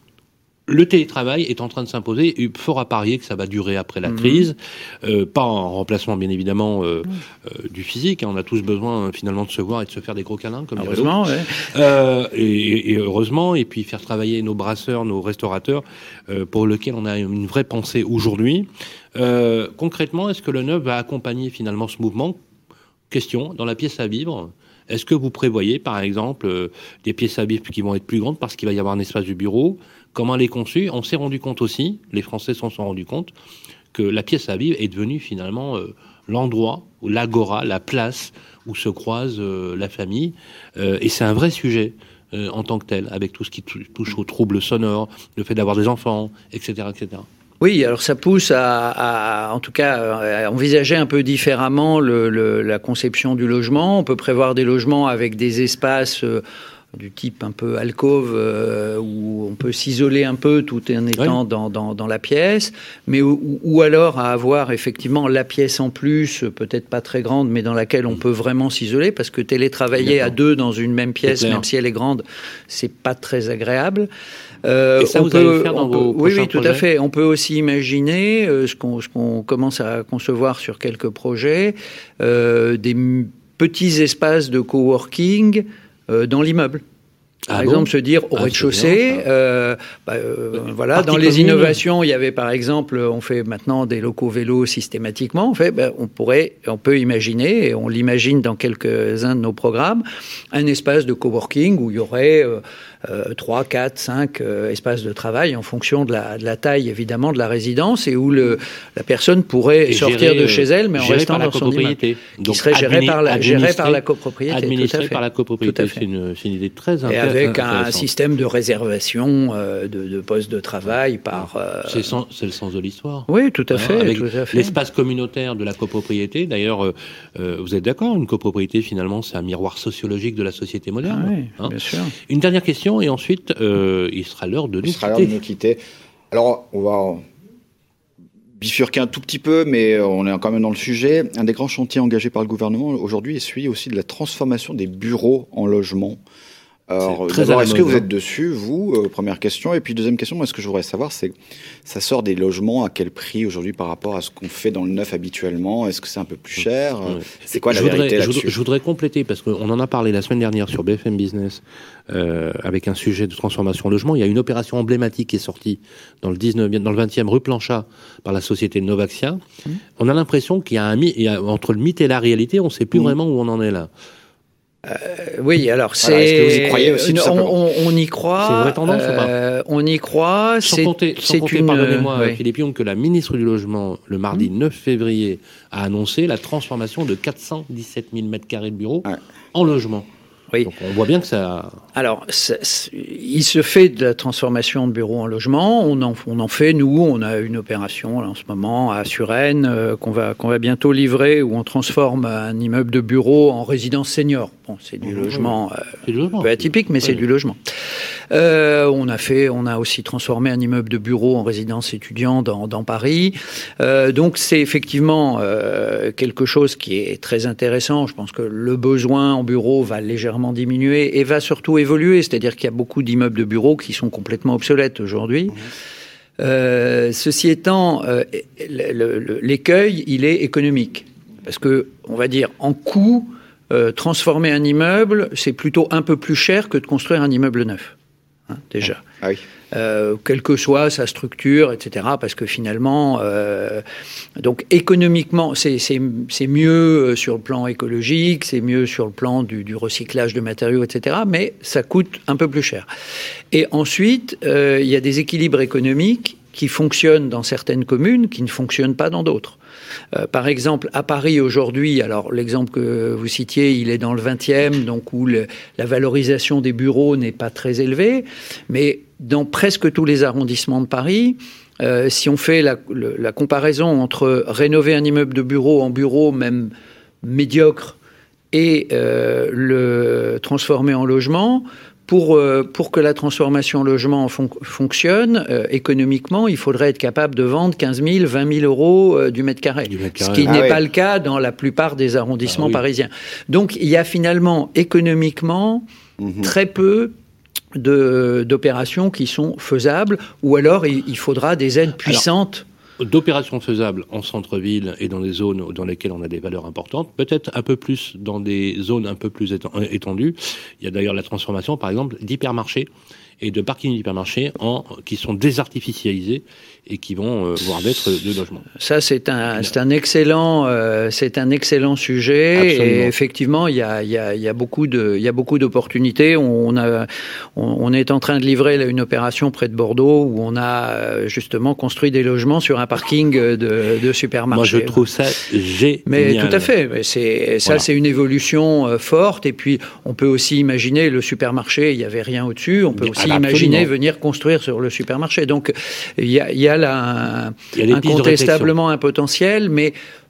Le télétravail est en train de s'imposer. Il faut à parier que ça va durer après la mmh. crise. Euh, pas en remplacement, bien évidemment, euh, mmh. euh, du physique. On a tous besoin, finalement, de se voir et de se faire des gros câlins, comme heureusement, ouais. euh, et, et heureusement, et puis faire travailler nos brasseurs, nos restaurateurs, euh, pour lesquels on a une vraie pensée aujourd'hui. Euh, concrètement, est-ce que le neuf va accompagner, finalement, ce mouvement ? Question, dans la pièce à vivre, est-ce que vous prévoyez, par exemple, euh, des pièces à vivre qui vont être plus grandes parce qu'il va y avoir un espace du bureau ? Comment elle est conçue ? On s'est rendu compte aussi, les Français s'en sont rendus compte, que la pièce à vivre est devenue finalement euh, l'endroit, ou l'agora, la place où se croise euh, la famille. Euh, et c'est un vrai sujet euh, en tant que tel, avec tout ce qui touche aux troubles sonores, le fait d'avoir des enfants, et cetera, et cetera. Oui, alors ça pousse à, à, en tout cas, à envisager un peu différemment le, le, la conception du logement. On peut prévoir des logements avec des espaces euh, du type un peu alcôve, euh, où on peut s'isoler un peu tout en étant oui. dans, dans, dans la pièce, mais ou, ou alors à avoir effectivement la pièce en plus, peut-être pas très grande, mais dans laquelle on peut vraiment s'isoler, parce que télétravailler D'accord. à deux dans une même pièce, même si elle est grande, c'est pas très agréable. Euh, Et ça, on vous peut, allez le faire dans peut, vos Oui, oui, tout projets. à fait. On peut aussi imaginer euh, ce qu'on ce qu'on commence à concevoir sur quelques projets, euh, des m- petits espaces de coworking euh, dans l'immeuble. Par ah exemple, bon se dire au ah, rez-de-chaussée, bien, euh, bah, euh, voilà, dans les commune. Innovations, il y avait par exemple, on fait maintenant des locaux vélos systématiquement. En fait, bah, on pourrait, on peut imaginer, et on l'imagine dans quelques-uns de nos programmes, un espace de coworking où il y aurait euh, euh, trois, quatre, cinq euh, espaces de travail en fonction de la, de la taille évidemment de la résidence, et où le, la personne pourrait et sortir géré, de chez elle, mais en restant dans son immeuble, qui Donc, serait géré par la, géré par la copropriété. Administré par la copropriété, c'est une, c'est une idée très intéressante. Avec un système de réservation euh, de, de postes de travail par... Euh... C'est, sans, c'est le sens de l'histoire. Oui, tout à hein, fait. Avec tout à fait. l'espace communautaire de la copropriété. D'ailleurs, euh, euh, vous êtes d'accord, une copropriété, finalement, c'est un miroir sociologique de la société moderne. Ah oui, hein. bien sûr. Une dernière question, et ensuite, euh, il sera l'heure de nous il quitter. Il sera l'heure de nous quitter. Alors, on va bifurquer un tout petit peu, mais on est quand même dans le sujet. Un des grands chantiers engagés par le gouvernement aujourd'hui est celui aussi de la transformation des bureaux en logements. Alors, d'abord, est-ce que vous êtes dessus, vous, euh, première question. Et puis, deuxième question, moi, ce que je voudrais savoir, c'est ça sort des logements à quel prix aujourd'hui par rapport à ce qu'on fait dans le neuf habituellement? Est-ce que c'est un peu plus cher? ouais. C'est quoi la je vérité voudrais, là-dessus? je voudrais, je voudrais compléter, parce qu'on en a parlé la semaine dernière sur B F M Business, euh, avec un sujet de transformation logement. Il y a une opération emblématique qui est sortie dans le dix-neuvième, dans le vingtième rue Planchat par la société Novaxia. Mmh. On a l'impression qu'il y a un mythe, il y a, entre le mythe et la réalité, on ne sait plus mmh. vraiment où on en est là. Euh, oui, alors c'est. Alors, est-ce que vous y croyez aussi, on, on, on y croit. C'est une vraie tendance euh, ou pas on y croit. Sans c'est, compter, sans c'est compter une. Pardonnez-moi, oui. Philippe Young, que la ministre du Logement, le mardi mmh. neuf février, a annoncé la transformation de quatre cent dix-sept mille mètres carrés de bureaux ouais. en logement. Oui. Donc on voit bien que ça... Alors, ça, il se fait de la transformation de bureaux en logement. On en, on en fait, nous, on a une opération là, en ce moment à Suresnes euh, qu'on va, qu'on va bientôt livrer, où on transforme un immeuble de bureau en résidence senior. Bon, c'est du mmh, logement euh, c'est du logement. Un peu atypique, mais oui. c'est du logement. Euh, on a fait, on a aussi transformé un immeuble de bureau en résidence étudiante dans, dans Paris. Euh, donc c'est effectivement euh, quelque chose qui est très intéressant. Je pense que le besoin en bureau va légèrement diminuer et va surtout évoluer. C'est-à-dire qu'il y a beaucoup d'immeubles de bureaux qui sont complètement obsolètes aujourd'hui. Mmh. Euh, ceci étant, euh, le, le, l'écueil, il est économique. Parce que, on va dire, en coût, euh, transformer un immeuble, c'est plutôt un peu plus cher que de construire un immeuble neuf. Hein, déjà. Ah oui. Euh, quelle que soit sa structure, et cetera. Parce que finalement, euh, donc économiquement, c'est, c'est, c'est mieux sur le plan écologique, c'est mieux sur le plan du, du recyclage de matériaux, et cetera. Mais ça coûte un peu plus cher. Et ensuite, euh, il y a des équilibres économiques qui fonctionnent dans certaines communes, qui ne fonctionnent pas dans d'autres. Euh, par exemple, à Paris aujourd'hui, alors l'exemple que vous citiez, il est dans le vingtième, donc où le, la valorisation des bureaux n'est pas très élevée, mais dans presque tous les arrondissements de Paris, euh, si on fait la, le, la comparaison entre rénover un immeuble de bureau en bureau, même médiocre, et euh, le transformer en logement, Pour, euh, pour que la transformation en logement fon- fonctionne, euh, économiquement, il faudrait être capable de vendre quinze mille, vingt mille euros euh, du mètre carré. Du mètre carré. Ce qui ah n'est ouais. pas le cas dans la plupart des arrondissements ah, oui. parisiens. Donc, il y a finalement, économiquement, mmh. très peu de, d'opérations qui sont faisables, ou alors il, il faudra des aides puissantes. Alors, d'opérations faisables en centre-ville et dans des zones dans lesquelles on a des valeurs importantes, peut-être un peu plus dans des zones un peu plus étendues. Il y a d'ailleurs la transformation, par exemple, d'hypermarchés et de parkings d'hypermarchés en, qui sont désartificialisés et qui vont euh, voir d'être de logements. Ça, c'est un, c'est un excellent, euh, c'est un excellent sujet. Absolument. Et effectivement, il y a, il y a, il y a beaucoup de, il y a beaucoup d'opportunités. On a, on, on est en train de livrer là, une opération près de Bordeaux où on a justement construit des logements sur un parking de, de supermarché. Moi, je trouve ça génial. Mais tout à fait. Mais c'est, ça, voilà. c'est une évolution euh, forte. Et puis, on peut aussi imaginer le supermarché. Il y avait rien au-dessus. On peut aussi ah, imaginer venir construire sur le supermarché. Donc, il y a, il y a là un, il y a incontestablement un potentiel, mais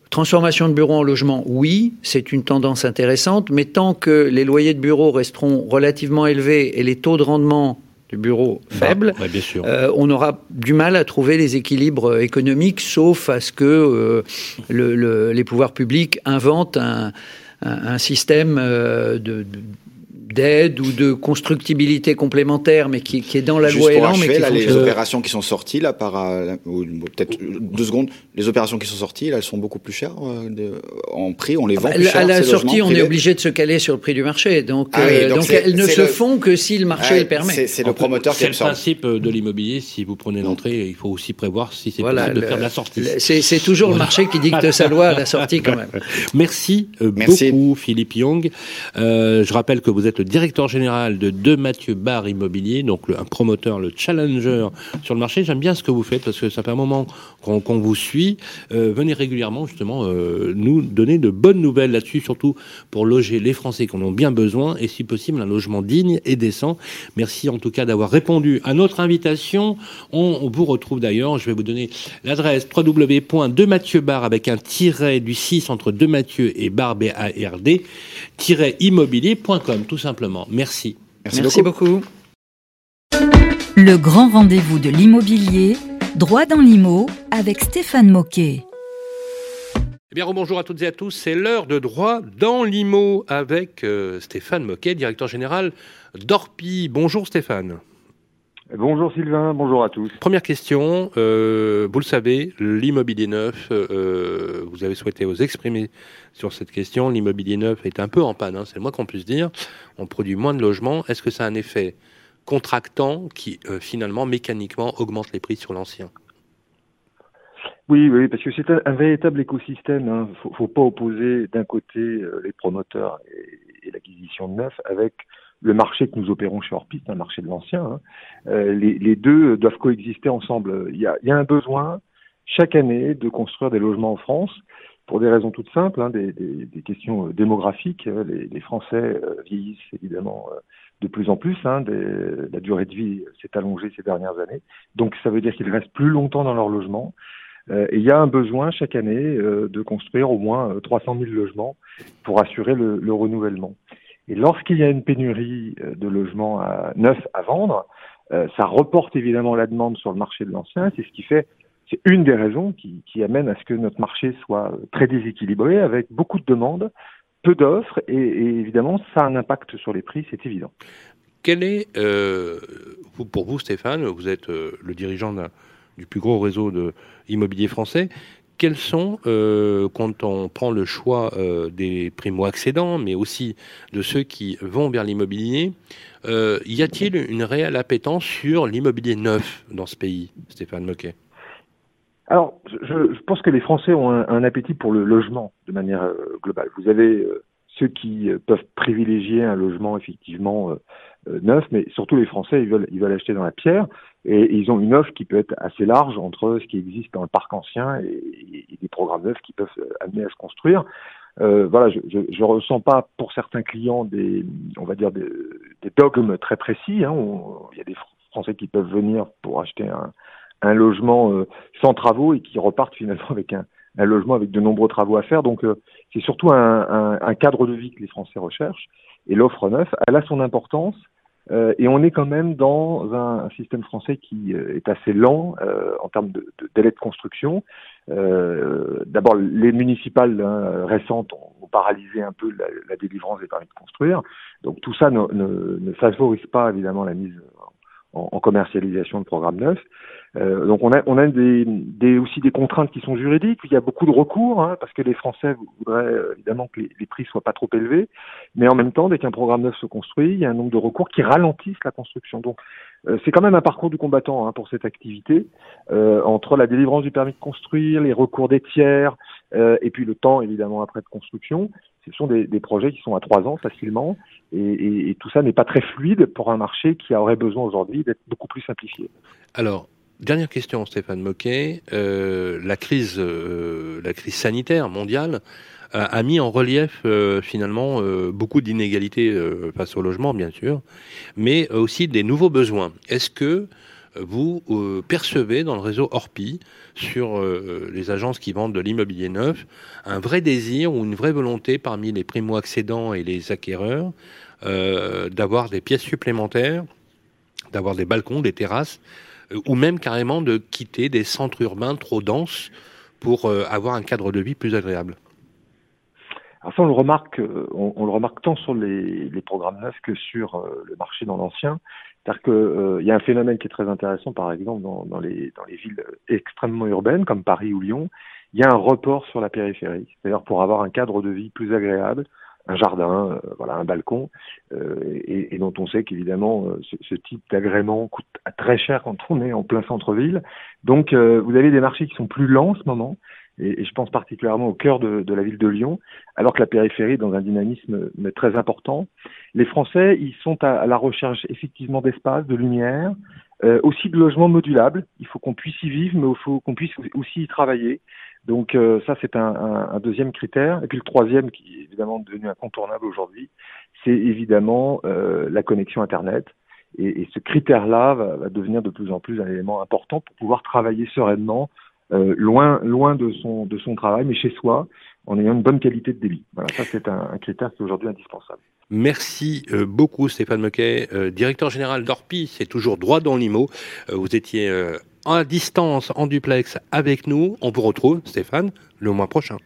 Transformation de bureaux en logement, oui, c'est une tendance intéressante, mais tant que les loyers de bureaux resteront relativement élevés et les taux de rendement du bureau faibles, bah, bien sûr. Euh, on aura du mal à trouver les équilibres économiques, sauf à ce que euh, le, le, les pouvoirs publics inventent un, un, un système euh, de, de d'aide ou de constructibilité complémentaire, mais qui, qui est dans la Juste loi pour Elan. achever, Mais qui là, les fonctionne. opérations qui sont sorties, là, par, euh, ou, peut-être deux secondes, les opérations qui sont sorties, là, elles sont beaucoup plus chères euh, de, en prix, on les vend Ah bah, plus cher. à la ces sortie, logements on privés. est obligé de se caler sur le prix du marché. Donc, Ah oui, euh, donc donc c'est- elles ne c'est se le- font que si le marché Ouais, le permet. c'est- c'est le promoteur qui C'est le absorbe. principe de l'immobilier. Si vous prenez l'entrée, il faut aussi prévoir si c'est Voilà, possible de le- faire de la sortie. le- c'est- c'est toujours le marché qui dicte sa loi à la sortie, quand même. Merci, euh, Merci. beaucoup, Philippe Young. Euh, je rappelle que vous êtes le directeur général de De Mathieu Barre Immobilier, donc le, un promoteur, le challenger sur le marché. J'aime bien ce que vous faites parce que ça fait un moment qu'on qu'on vous suit. Euh, venez régulièrement, justement, euh, nous donner de bonnes nouvelles là-dessus, surtout pour loger les Français qui en ont bien besoin et, si possible, un logement digne et décent. Merci en tout cas d'avoir répondu à notre invitation. On, on vous retrouve d'ailleurs, je vais vous donner l'adresse w w w point de mathieu barre avec un tiret du six entre De Mathieu et Barre, B A R D, immobilier point com, tout simplement. Merci. Merci, Merci beaucoup. Le grand rendez-vous de l'immobilier, droit dans l'I M O, avec Stéphane Moquet. Eh bien, bonjour à toutes et à tous. C'est l'heure de droit dans l'I M O avec euh, Stéphane Moquet, directeur général d'Orpi. Bonjour Stéphane. Bonjour Sylvain, bonjour à tous. Première question, euh, vous le savez, l'immobilier neuf, euh, vous avez souhaité vous exprimer sur cette question. L'immobilier neuf est un peu en panne, hein, c'est le moins qu'on puisse dire. On produit moins de logements. Est-ce que ça a un effet contractant qui, euh, finalement, mécaniquement, augmente les prix sur l'ancien ? Oui, oui, parce que c'est un, un véritable écosystème. Hein. Faut, faut pas opposer d'un côté euh, les promoteurs et, et l'acquisition de neuf avec le marché que nous opérons chez Orpi, un marché de l'ancien. Hein. Euh, les, les deux doivent coexister ensemble. Il y a, il y a un besoin chaque année de construire des logements en France pour des raisons toutes simples, hein, des, des, des questions démographiques. Les, les Français euh, vieillissent évidemment euh, de plus en plus. Hein, des, la durée de vie s'est allongée ces dernières années. Donc ça veut dire qu'ils restent plus longtemps dans leur logement. Euh, et il y a un besoin chaque année euh, de construire au moins euh, trois cent mille logements pour assurer le, le renouvellement. Et lorsqu'il y a une pénurie euh, de logements à, neufs à vendre, euh, ça reporte évidemment la demande sur le marché de l'ancien. C'est ce qui fait, c'est une des raisons qui, qui amène à ce que notre marché soit très déséquilibré, avec beaucoup de demandes, peu d'offres, et, et évidemment ça a un impact sur les prix, c'est évident. Quel est, euh, vous, pour vous Stéphane, vous êtes euh, le dirigeant d'un du plus gros réseau de immobilier français. Quels sont, euh, quand on prend le choix euh, des primo-accédants, mais aussi de ceux qui vont vers l'immobilier, euh, y a-t-il une réelle appétence sur l'immobilier neuf dans ce pays, Stéphane Moquet ? Alors, je, je pense que les Français ont un, un appétit pour le logement de manière euh, globale. Vous avez euh, ceux qui euh, peuvent privilégier un logement effectivement euh, euh, neuf, mais surtout les Français, ils veulent, ils veulent acheter dans la pierre. Et, et ils ont une offre qui peut être assez large entre ce qui existe dans le parc ancien et, et, et des programmes neufs qui peuvent amener à se construire. Euh, voilà, je, je, je ressens pas pour certains clients des, on va dire des, des dogmes très précis. Hein, on, il y a des Français qui peuvent venir pour acheter un, un logement euh, sans travaux et qui repartent finalement avec un, un logement avec de nombreux travaux à faire. Donc euh, c'est surtout un, un, un cadre de vie que les Français recherchent. Et l'offre neuve, elle a son importance. Euh, et on est quand même dans un, un système français qui euh, est assez lent euh, en termes de, de délai de construction. Euh, d'abord, les municipales hein, récentes ont, ont paralysé un peu la, la délivrance des permis de construire. Donc tout ça ne, ne, ne favorise pas évidemment la mise en, en commercialisation de programmes neufs. Euh, donc on a, on a des, des, aussi des contraintes qui sont juridiques. Il y a beaucoup de recours hein, parce que les Français voudraient euh, évidemment que les, les prix soient pas trop élevés, mais en même temps, dès qu'un programme neuf se construit, il y a un nombre de recours qui ralentissent la construction. Donc euh, c'est quand même un parcours du combattant hein, pour cette activité euh, entre la délivrance du permis de construire, les recours des tiers euh, et puis le temps évidemment après de construction. Ce sont des, des projets qui sont à trois ans facilement et, et, et tout ça n'est pas très fluide pour un marché qui aurait besoin aujourd'hui d'être beaucoup plus simplifié. Alors. Dernière question, Stéphane Moquet. Euh, la crise, euh, la crise sanitaire mondiale a, a mis en relief euh, finalement euh, beaucoup d'inégalités euh, face au logement, bien sûr, mais aussi des nouveaux besoins. Est-ce que vous euh, percevez dans le réseau Orpi, sur euh, les agences qui vendent de l'immobilier neuf, un vrai désir ou une vraie volonté parmi les primo-accédants et les acquéreurs euh, d'avoir des pièces supplémentaires, d'avoir des balcons, des terrasses, euh, ou même carrément de quitter des centres urbains trop denses pour euh, avoir un cadre de vie plus agréable? Alors ça, on le remarque, on, on le remarque tant sur les, les programmes neufs que sur euh, le marché dans l'ancien. C'est-à-dire qu'il euh, y a un phénomène qui est très intéressant, par exemple, dans, dans, les, dans les villes extrêmement urbaines, comme Paris ou Lyon. Il y a un report sur la périphérie. C'est-à-dire pour avoir un cadre de vie plus agréable, un jardin, euh, voilà, un balcon, euh, et, et dont on sait qu'évidemment, euh, ce, ce type d'agrément coûte très cher quand on est en plein centre-ville. Donc, euh, vous avez des marchés qui sont plus lents en ce moment. Et, et je pense particulièrement au cœur de, de la ville de Lyon, alors que la périphérie est dans un dynamisme mais très important. Les Français, ils sont à, à la recherche effectivement d'espace, de lumière, euh, aussi de logements modulables. Il faut qu'on puisse y vivre, mais il faut qu'on puisse aussi y travailler. Donc euh, ça, c'est un, un, un deuxième critère. Et puis le troisième, qui est évidemment devenu incontournable aujourd'hui, c'est évidemment euh, la connexion Internet. Et, et ce critère-là va, va devenir de plus en plus un élément important pour pouvoir travailler sereinement, Euh, loin, loin de son, de son travail, mais chez soi, en ayant une bonne qualité de débit. Voilà, ça c'est un, un critère qui est aujourd'hui indispensable. Merci euh, beaucoup Stéphane Mequet, euh, directeur général d'Orpi, c'est toujours droit dans l'I M O. Euh, vous étiez euh, à distance, en duplex avec nous. On vous retrouve, Stéphane, le mois prochain.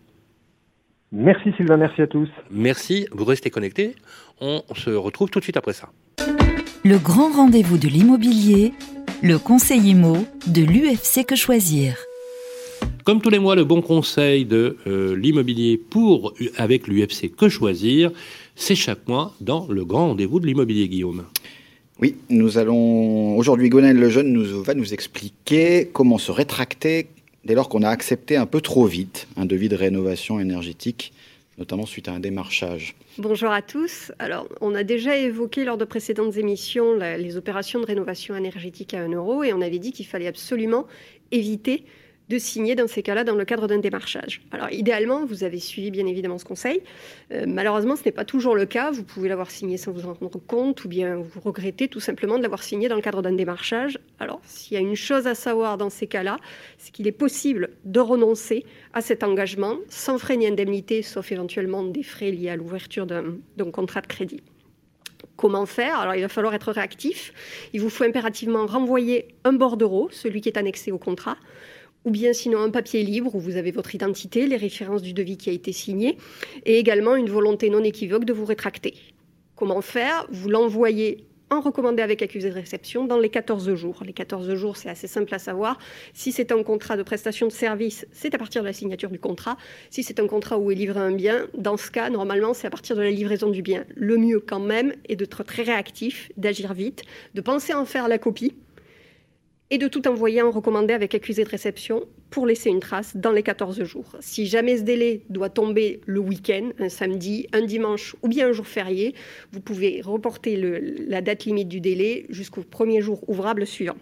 Merci Sylvain, merci à tous. Merci, vous restez connectés. On se retrouve tout de suite après ça. Le grand rendez-vous de l'immobilier, le conseil I M O de l'U F C Que Choisir. Comme tous les mois, le bon conseil de euh, l'immobilier pour avec l'U F C Que Choisir, c'est chaque mois dans le grand rendez-vous de l'immobilier, Guillaume. Oui, nous allons aujourd'hui, Gwenaëlle Lejeune nous va nous expliquer comment se rétracter dès lors qu'on a accepté un peu trop vite un devis de rénovation énergétique, notamment suite à un démarchage. Bonjour à tous. Alors, on a déjà évoqué lors de précédentes émissions la, les opérations de rénovation énergétique à un euro et on avait dit qu'il fallait absolument éviter de signer dans ces cas-là dans le cadre d'un démarchage. Alors idéalement, vous avez suivi bien évidemment ce conseil. Euh, malheureusement, ce n'est pas toujours le cas. Vous pouvez l'avoir signé sans vous en rendre compte ou bien vous regrettez tout simplement de l'avoir signé dans le cadre d'un démarchage. Alors s'il y a une chose à savoir dans ces cas-là, c'est qu'il est possible de renoncer à cet engagement sans frais ni indemnité, sauf éventuellement des frais liés à l'ouverture d'un, d'un contrat de crédit. Comment faire? Alors, il va falloir être réactif. Il vous faut impérativement renvoyer un bordereau, celui qui est annexé au contrat, ou bien sinon un papier libre où vous avez votre identité, les références du devis qui a été signé, et également une volonté non équivoque de vous rétracter. Comment faire? Vous l'envoyez en recommandé avec accusé de réception dans les quatorze jours. Les quatorze jours, c'est assez simple à savoir. Si c'est un contrat de prestation de service, c'est à partir de la signature du contrat. Si c'est un contrat où est livré un bien, dans ce cas, normalement, c'est à partir de la livraison du bien. Le mieux quand même est d'être très réactif, d'agir vite, de penser à en faire la copie, et de tout envoyer en recommandé avec accusé de réception pour laisser une trace dans les quatorze jours. Si jamais ce délai doit tomber le week-end, un samedi, un dimanche ou bien un jour férié, vous pouvez reporter le, la date limite du délai jusqu'au premier jour ouvrable suivant.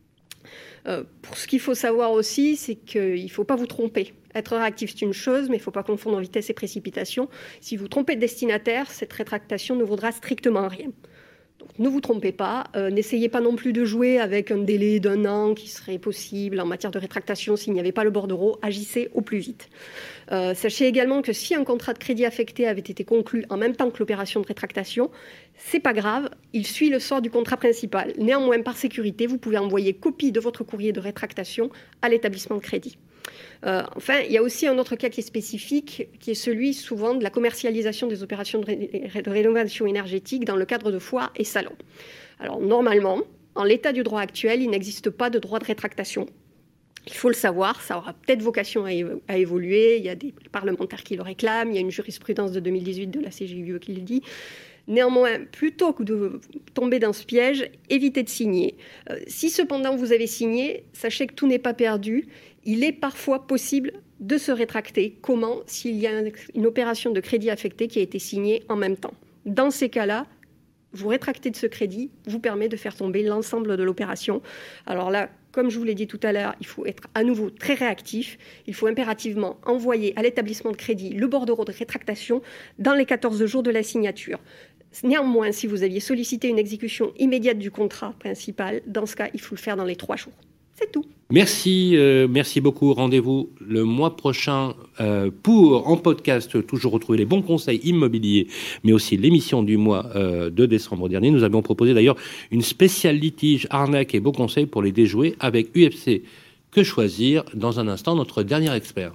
Euh, pour ce qu'il faut savoir aussi, c'est qu'il ne faut pas vous tromper. Être réactif, c'est une chose, mais il ne faut pas confondre vitesse et précipitation. Si vous trompez de destinataire, cette rétractation ne vaudra strictement rien. Donc, ne vous trompez pas, euh, n'essayez pas non plus de jouer avec un délai d'un an qui serait possible en matière de rétractation s'il n'y avait pas le bordereau, agissez au plus vite. Euh, sachez également que si un contrat de crédit affecté avait été conclu en même temps que l'opération de rétractation, c'est pas grave, il suit le sort du contrat principal. Néanmoins, par sécurité, vous pouvez envoyer copie de votre courrier de rétractation à l'établissement de crédit. Euh, enfin, il y a aussi un autre cas qui est spécifique, qui est celui souvent de la commercialisation des opérations de, ré- de rénovation énergétique dans le cadre de foires et salons. Alors normalement, en l'état du droit actuel, il n'existe pas de droit de rétractation. Il faut le savoir, ça aura peut-être vocation à, é- à évoluer, il y a des parlementaires qui le réclament, il y a une jurisprudence de deux mille dix-huit de la C G U E qui le dit. Néanmoins, plutôt que de tomber dans ce piège, évitez de signer. Euh, si cependant vous avez signé, sachez que tout n'est pas perdu. Il est parfois possible de se rétracter. Comment? S'il y a une opération de crédit affecté qui a été signée en même temps. Dans ces cas-là, vous rétracter de ce crédit vous permet de faire tomber l'ensemble de l'opération. Alors là, comme je vous l'ai dit tout à l'heure, il faut être à nouveau très réactif. Il faut impérativement envoyer à l'établissement de crédit le bordereau de rétractation dans les quatorze jours de la signature. Néanmoins, si vous aviez sollicité une exécution immédiate du contrat principal, dans ce cas, il faut le faire dans les trois jours. C'est tout. Merci, euh, merci beaucoup. Rendez-vous le mois prochain euh, pour, en podcast, toujours retrouver les bons conseils immobiliers, mais aussi l'émission du mois euh, de décembre dernier. Nous avions proposé d'ailleurs une spéciale litige, arnaque et bons conseils pour les déjouer avec U F C. Que choisir? Dans un instant, notre dernier expert.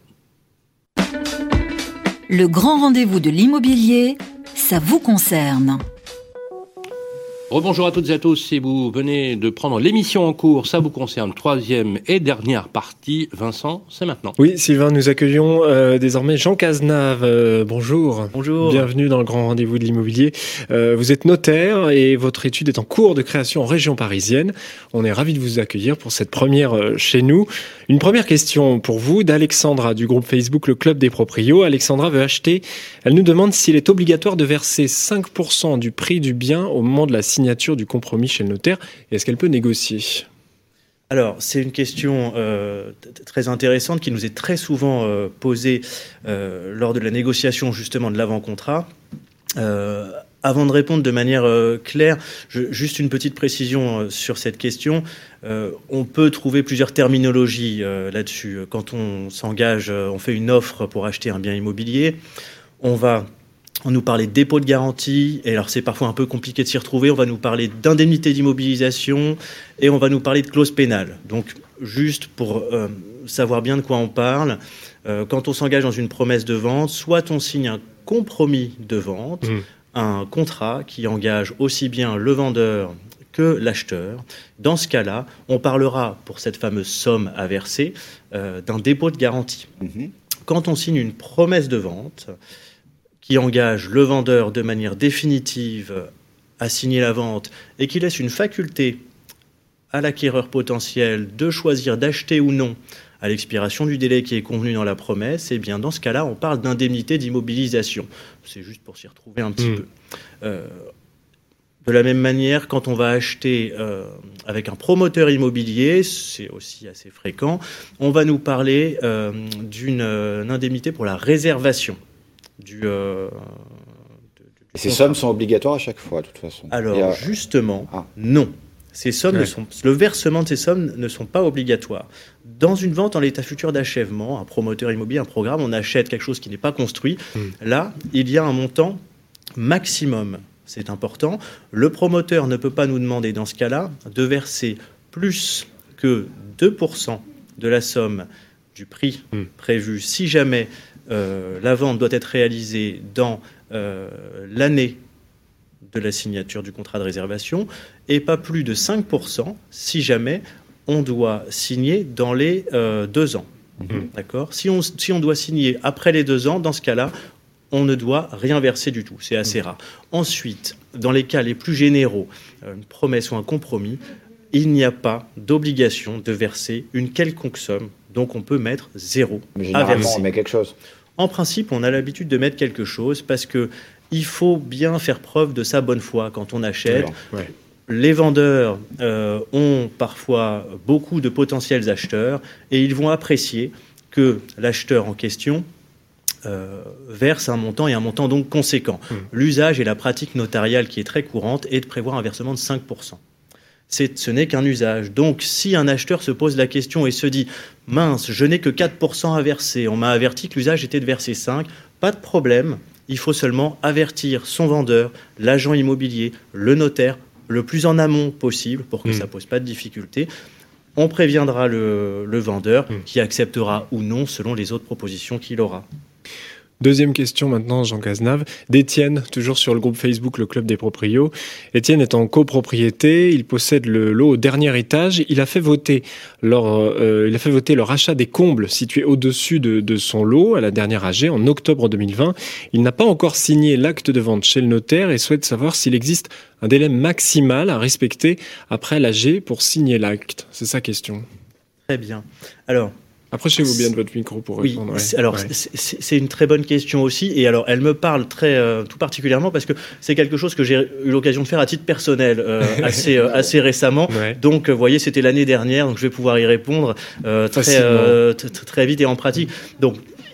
Le grand rendez-vous de l'immobilier, ça vous concerne. Rebonjour à toutes et à tous, si vous venez de prendre l'émission en cours, ça vous concerne, troisième et dernière partie. Vincent, c'est maintenant. Oui, Sylvain, nous accueillons euh, désormais Jean Cazenave. Euh, bonjour. Bonjour. Bienvenue dans le grand rendez-vous de l'immobilier. Euh, vous êtes notaire et votre étude est en cours de création en région parisienne. On est ravis de vous accueillir pour cette première euh, chez nous. Une première question pour vous d'Alexandra du groupe Facebook Le Club des Proprios. Alexandra veut acheter. Elle nous demande s'il est obligatoire de verser cinq pour cent du prix du bien au moment de la signature du compromis chez le notaire. Et est-ce qu'elle peut négocier ? Alors, c'est une question euh, t- très intéressante qui nous est très souvent euh, posée euh, lors de la négociation justement de l'avant-contrat. Euh, avant de répondre de manière euh, claire, je, juste une petite précision euh, sur cette question. Euh, on peut trouver plusieurs terminologies euh, là-dessus. Quand on s'engage, euh, on fait une offre pour acheter un bien immobilier, on va On nous parlait de dépôt de garantie, et alors c'est parfois un peu compliqué de s'y retrouver. On va nous parler d'indemnité d'immobilisation et on va nous parler de clause pénale. Donc, juste pour euh, savoir bien de quoi on parle, euh, quand on s'engage dans une promesse de vente, soit on signe un compromis de vente, mmh. un contrat qui engage aussi bien le vendeur que l'acheteur. Dans ce cas-là, on parlera, pour cette fameuse somme à verser, euh, d'un dépôt de garantie. Mmh. Quand on signe une promesse de vente qui engage le vendeur de manière définitive à signer la vente et qui laisse une faculté à l'acquéreur potentiel de choisir d'acheter ou non à l'expiration du délai qui est convenu dans la promesse, eh bien dans ce cas-là, on parle d'indemnité d'immobilisation. C'est juste pour s'y retrouver un petit mmh. peu. Euh, de la même manière, quand on va acheter euh, avec un promoteur immobilier, c'est aussi assez fréquent, on va nous parler euh, d'une euh, indemnité pour la réservation. Du, euh, de, de, ces sommes sont obligatoires à chaque fois, de toute façon. Alors, a... justement, ah. non. Ces sommes ouais. ne sont, le versement de ces sommes ne sont pas obligatoires. Dans une vente en l'état futur d'achèvement, un promoteur immobilier, un programme, on achète quelque chose qui n'est pas construit. Mmh. Là, il y a un montant maximum. C'est important. Le promoteur ne peut pas nous demander, dans ce cas-là, de verser plus que deux pour cent de la somme du prix mmh. prévu si jamais Euh, la vente doit être réalisée dans euh, l'année de la signature du contrat de réservation et pas plus de cinq pour cent si jamais on doit signer dans les euh, deux ans. Mmh. D'accord ? Si on, si on doit signer après les deux ans, dans ce cas-là, on ne doit rien verser du tout. C'est assez mmh. rare. Ensuite, dans les cas les plus généraux, une promesse ou un compromis, il n'y a pas d'obligation de verser une quelconque somme. Donc, on peut mettre zéro à verser. On met quelque chose. En principe, on a l'habitude de mettre quelque chose parce que il faut bien faire preuve de sa bonne foi quand on achète. Ouais. Les vendeurs euh, ont parfois beaucoup de potentiels acheteurs et ils vont apprécier que l'acheteur en question euh, verse un montant et un montant donc conséquent. Mmh. L'usage et la pratique notariale qui est très courante est de prévoir un versement de cinq pour cent. C'est, ce n'est qu'un usage. Donc, si un acheteur se pose la question et se dit « Mince, je n'ai que quatre pour cent à verser, on m'a averti que l'usage était de verser cinq », pas de problème. Il faut seulement avertir son vendeur, l'agent immobilier, le notaire, le plus en amont possible pour que mmh. ça ne pose pas de difficulté. On préviendra le, le vendeur mmh. qui acceptera ou non selon les autres propositions qu'il aura. Deuxième question maintenant, Jean Cazenave, d'Étienne, toujours sur le groupe Facebook Le Club des Proprios. Étienne est en copropriété, il possède le lot au dernier étage. Il a fait voter leur, euh, il a fait voter leur achat des combles situés au-dessus de, de son lot à la dernière A G en octobre deux mille vingt. Il n'a pas encore signé l'acte de vente chez le notaire et souhaite savoir s'il existe un délai maximal à respecter après l'A G pour signer l'acte. C'est sa question. Très bien. Alors, approchez-vous bien de votre micro pour répondre. Oui, ouais. alors ouais. c'est, c'est une très bonne question aussi, et alors elle me parle très euh, tout particulièrement parce que c'est quelque chose que j'ai eu l'occasion de faire à titre personnel euh, assez euh, assez récemment. Ouais. Donc, vous voyez, c'était l'année dernière, donc je vais pouvoir y répondre euh, très euh, t- très vite et en pratique. Donc,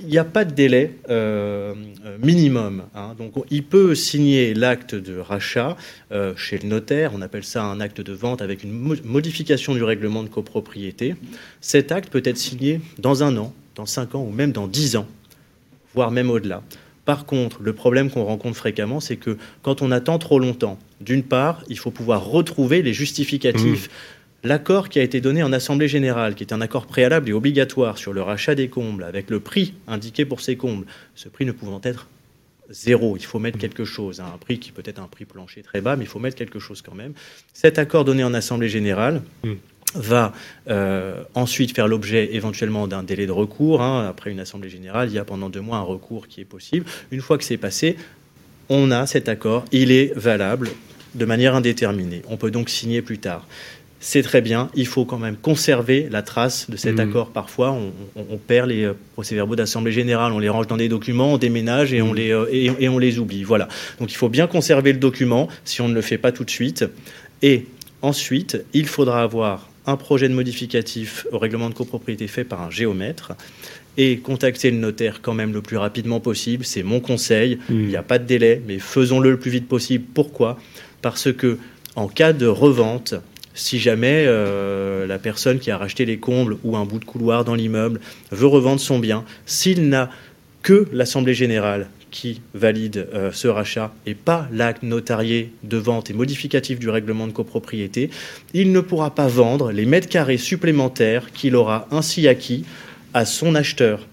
il n'y a pas de délai euh, minimum. Hein. Donc, il peut signer l'acte de rachat euh, chez le notaire. On appelle ça un acte de vente avec une mo- modification du règlement de copropriété. Cet acte peut être signé dans un an, dans cinq ans ou même dans dix ans, voire même au-delà. Par contre, le problème qu'on rencontre fréquemment, c'est que quand on attend trop longtemps, d'une part, il faut pouvoir retrouver les justificatifs. Mmh. L'accord qui a été donné en Assemblée générale, qui est un accord préalable et obligatoire sur le rachat des combles, avec le prix indiqué pour ces combles, ce prix ne pouvant être zéro, il faut mettre quelque chose, hein, un prix qui peut être un prix plancher très bas, mais il faut mettre quelque chose quand même. Cet accord donné en Assemblée générale mmh. va euh, ensuite faire l'objet éventuellement d'un délai de recours. Hein. Après une Assemblée générale, il y a pendant deux mois un recours qui est possible. Une fois que c'est passé, on a cet accord, il est valable de manière indéterminée. On peut donc signer plus tard. C'est très bien, il faut quand même conserver la trace de cet mmh. accord. Parfois, on, on, on perd les euh, procès-verbaux d'Assemblée générale, on les range dans des documents, on déménage et, mmh. on, les, euh, et, et on les oublie. Voilà. Donc il faut bien conserver le document si on ne le fait pas tout de suite. Et ensuite, il faudra avoir un projet de modificatif au règlement de copropriété fait par un géomètre et contacter le notaire quand même le plus rapidement possible. C'est mon conseil. Mmh. Il n'y a pas de délai, mais faisons-le le plus vite possible. Pourquoi ? Parce que en cas de revente, si jamais euh, la personne qui a racheté les combles ou un bout de couloir dans l'immeuble veut revendre son bien, s'il n'a que l'Assemblée générale qui valide euh, ce rachat et pas l'acte notarié de vente et modificatif du règlement de copropriété, il ne pourra pas vendre les mètres carrés supplémentaires qu'il aura ainsi acquis à son acheteur.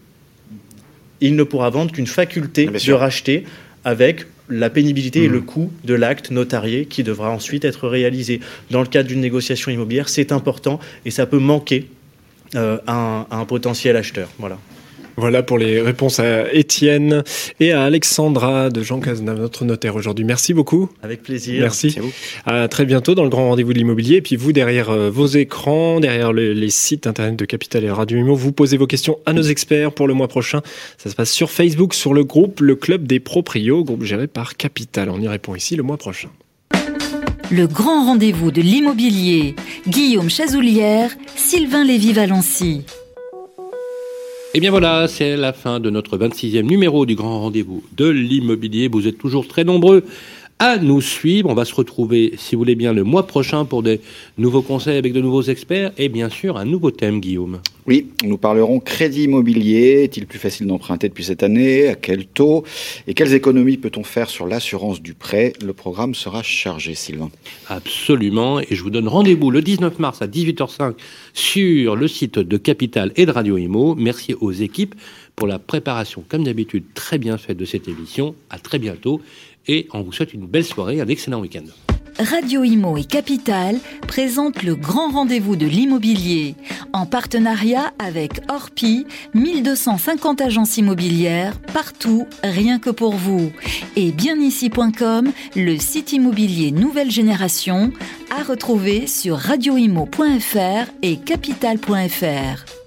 Il ne pourra vendre qu'une faculté de racheter avec la pénibilité mmh. et le coût de l'acte notarié qui devra ensuite être réalisé. Dans le cadre d'une négociation immobilière, c'est important et ça peut manquer euh, à, un, à un potentiel acheteur. Voilà. Voilà pour les réponses à Étienne et à Alexandra de Jean Cazenave, notre notaire aujourd'hui. Merci beaucoup. Avec plaisir. Merci. À, à très bientôt dans le grand rendez-vous de l'immobilier. Et puis vous, derrière euh, vos écrans, derrière le, les sites internet de Capital et Radio Imo, vous posez vos questions à nos experts pour le mois prochain. Ça se passe sur Facebook, sur le groupe Le Club des Proprios, groupe géré par Capital. On y répond ici le mois prochain. Le grand rendez-vous de l'immobilier. Guillaume Chazoulière, Sylvain Lévy-Valency. Et bien voilà, c'est la fin de notre vingt-sixième numéro du Grand Rendez-vous de l'immobilier. Vous êtes toujours très nombreux à nous suivre. On va se retrouver, si vous voulez bien, le mois prochain pour des nouveaux conseils avec de nouveaux experts et bien sûr un nouveau thème, Guillaume. Oui, nous parlerons crédit immobilier. Est-il plus facile d'emprunter depuis cette année ? À quel taux ? Et quelles économies peut-on faire sur l'assurance du prêt ? Le programme sera chargé, Sylvain. Absolument. Et je vous donne rendez-vous le dix-neuf mars à dix-huit heures cinq sur le site de Capital et de Radio Imo. Merci aux équipes pour la préparation, comme d'habitude, très bien faite de cette émission. À très bientôt. Et on vous souhaite une belle soirée, un excellent week-end. Radio Imo et Capital présentent le grand rendez-vous de l'immobilier en partenariat avec Orpi, mille deux cent cinquante agences immobilières partout, rien que pour vous. Et bienici point com, le site immobilier nouvelle génération à retrouver sur radio imo point f r et capital point f r.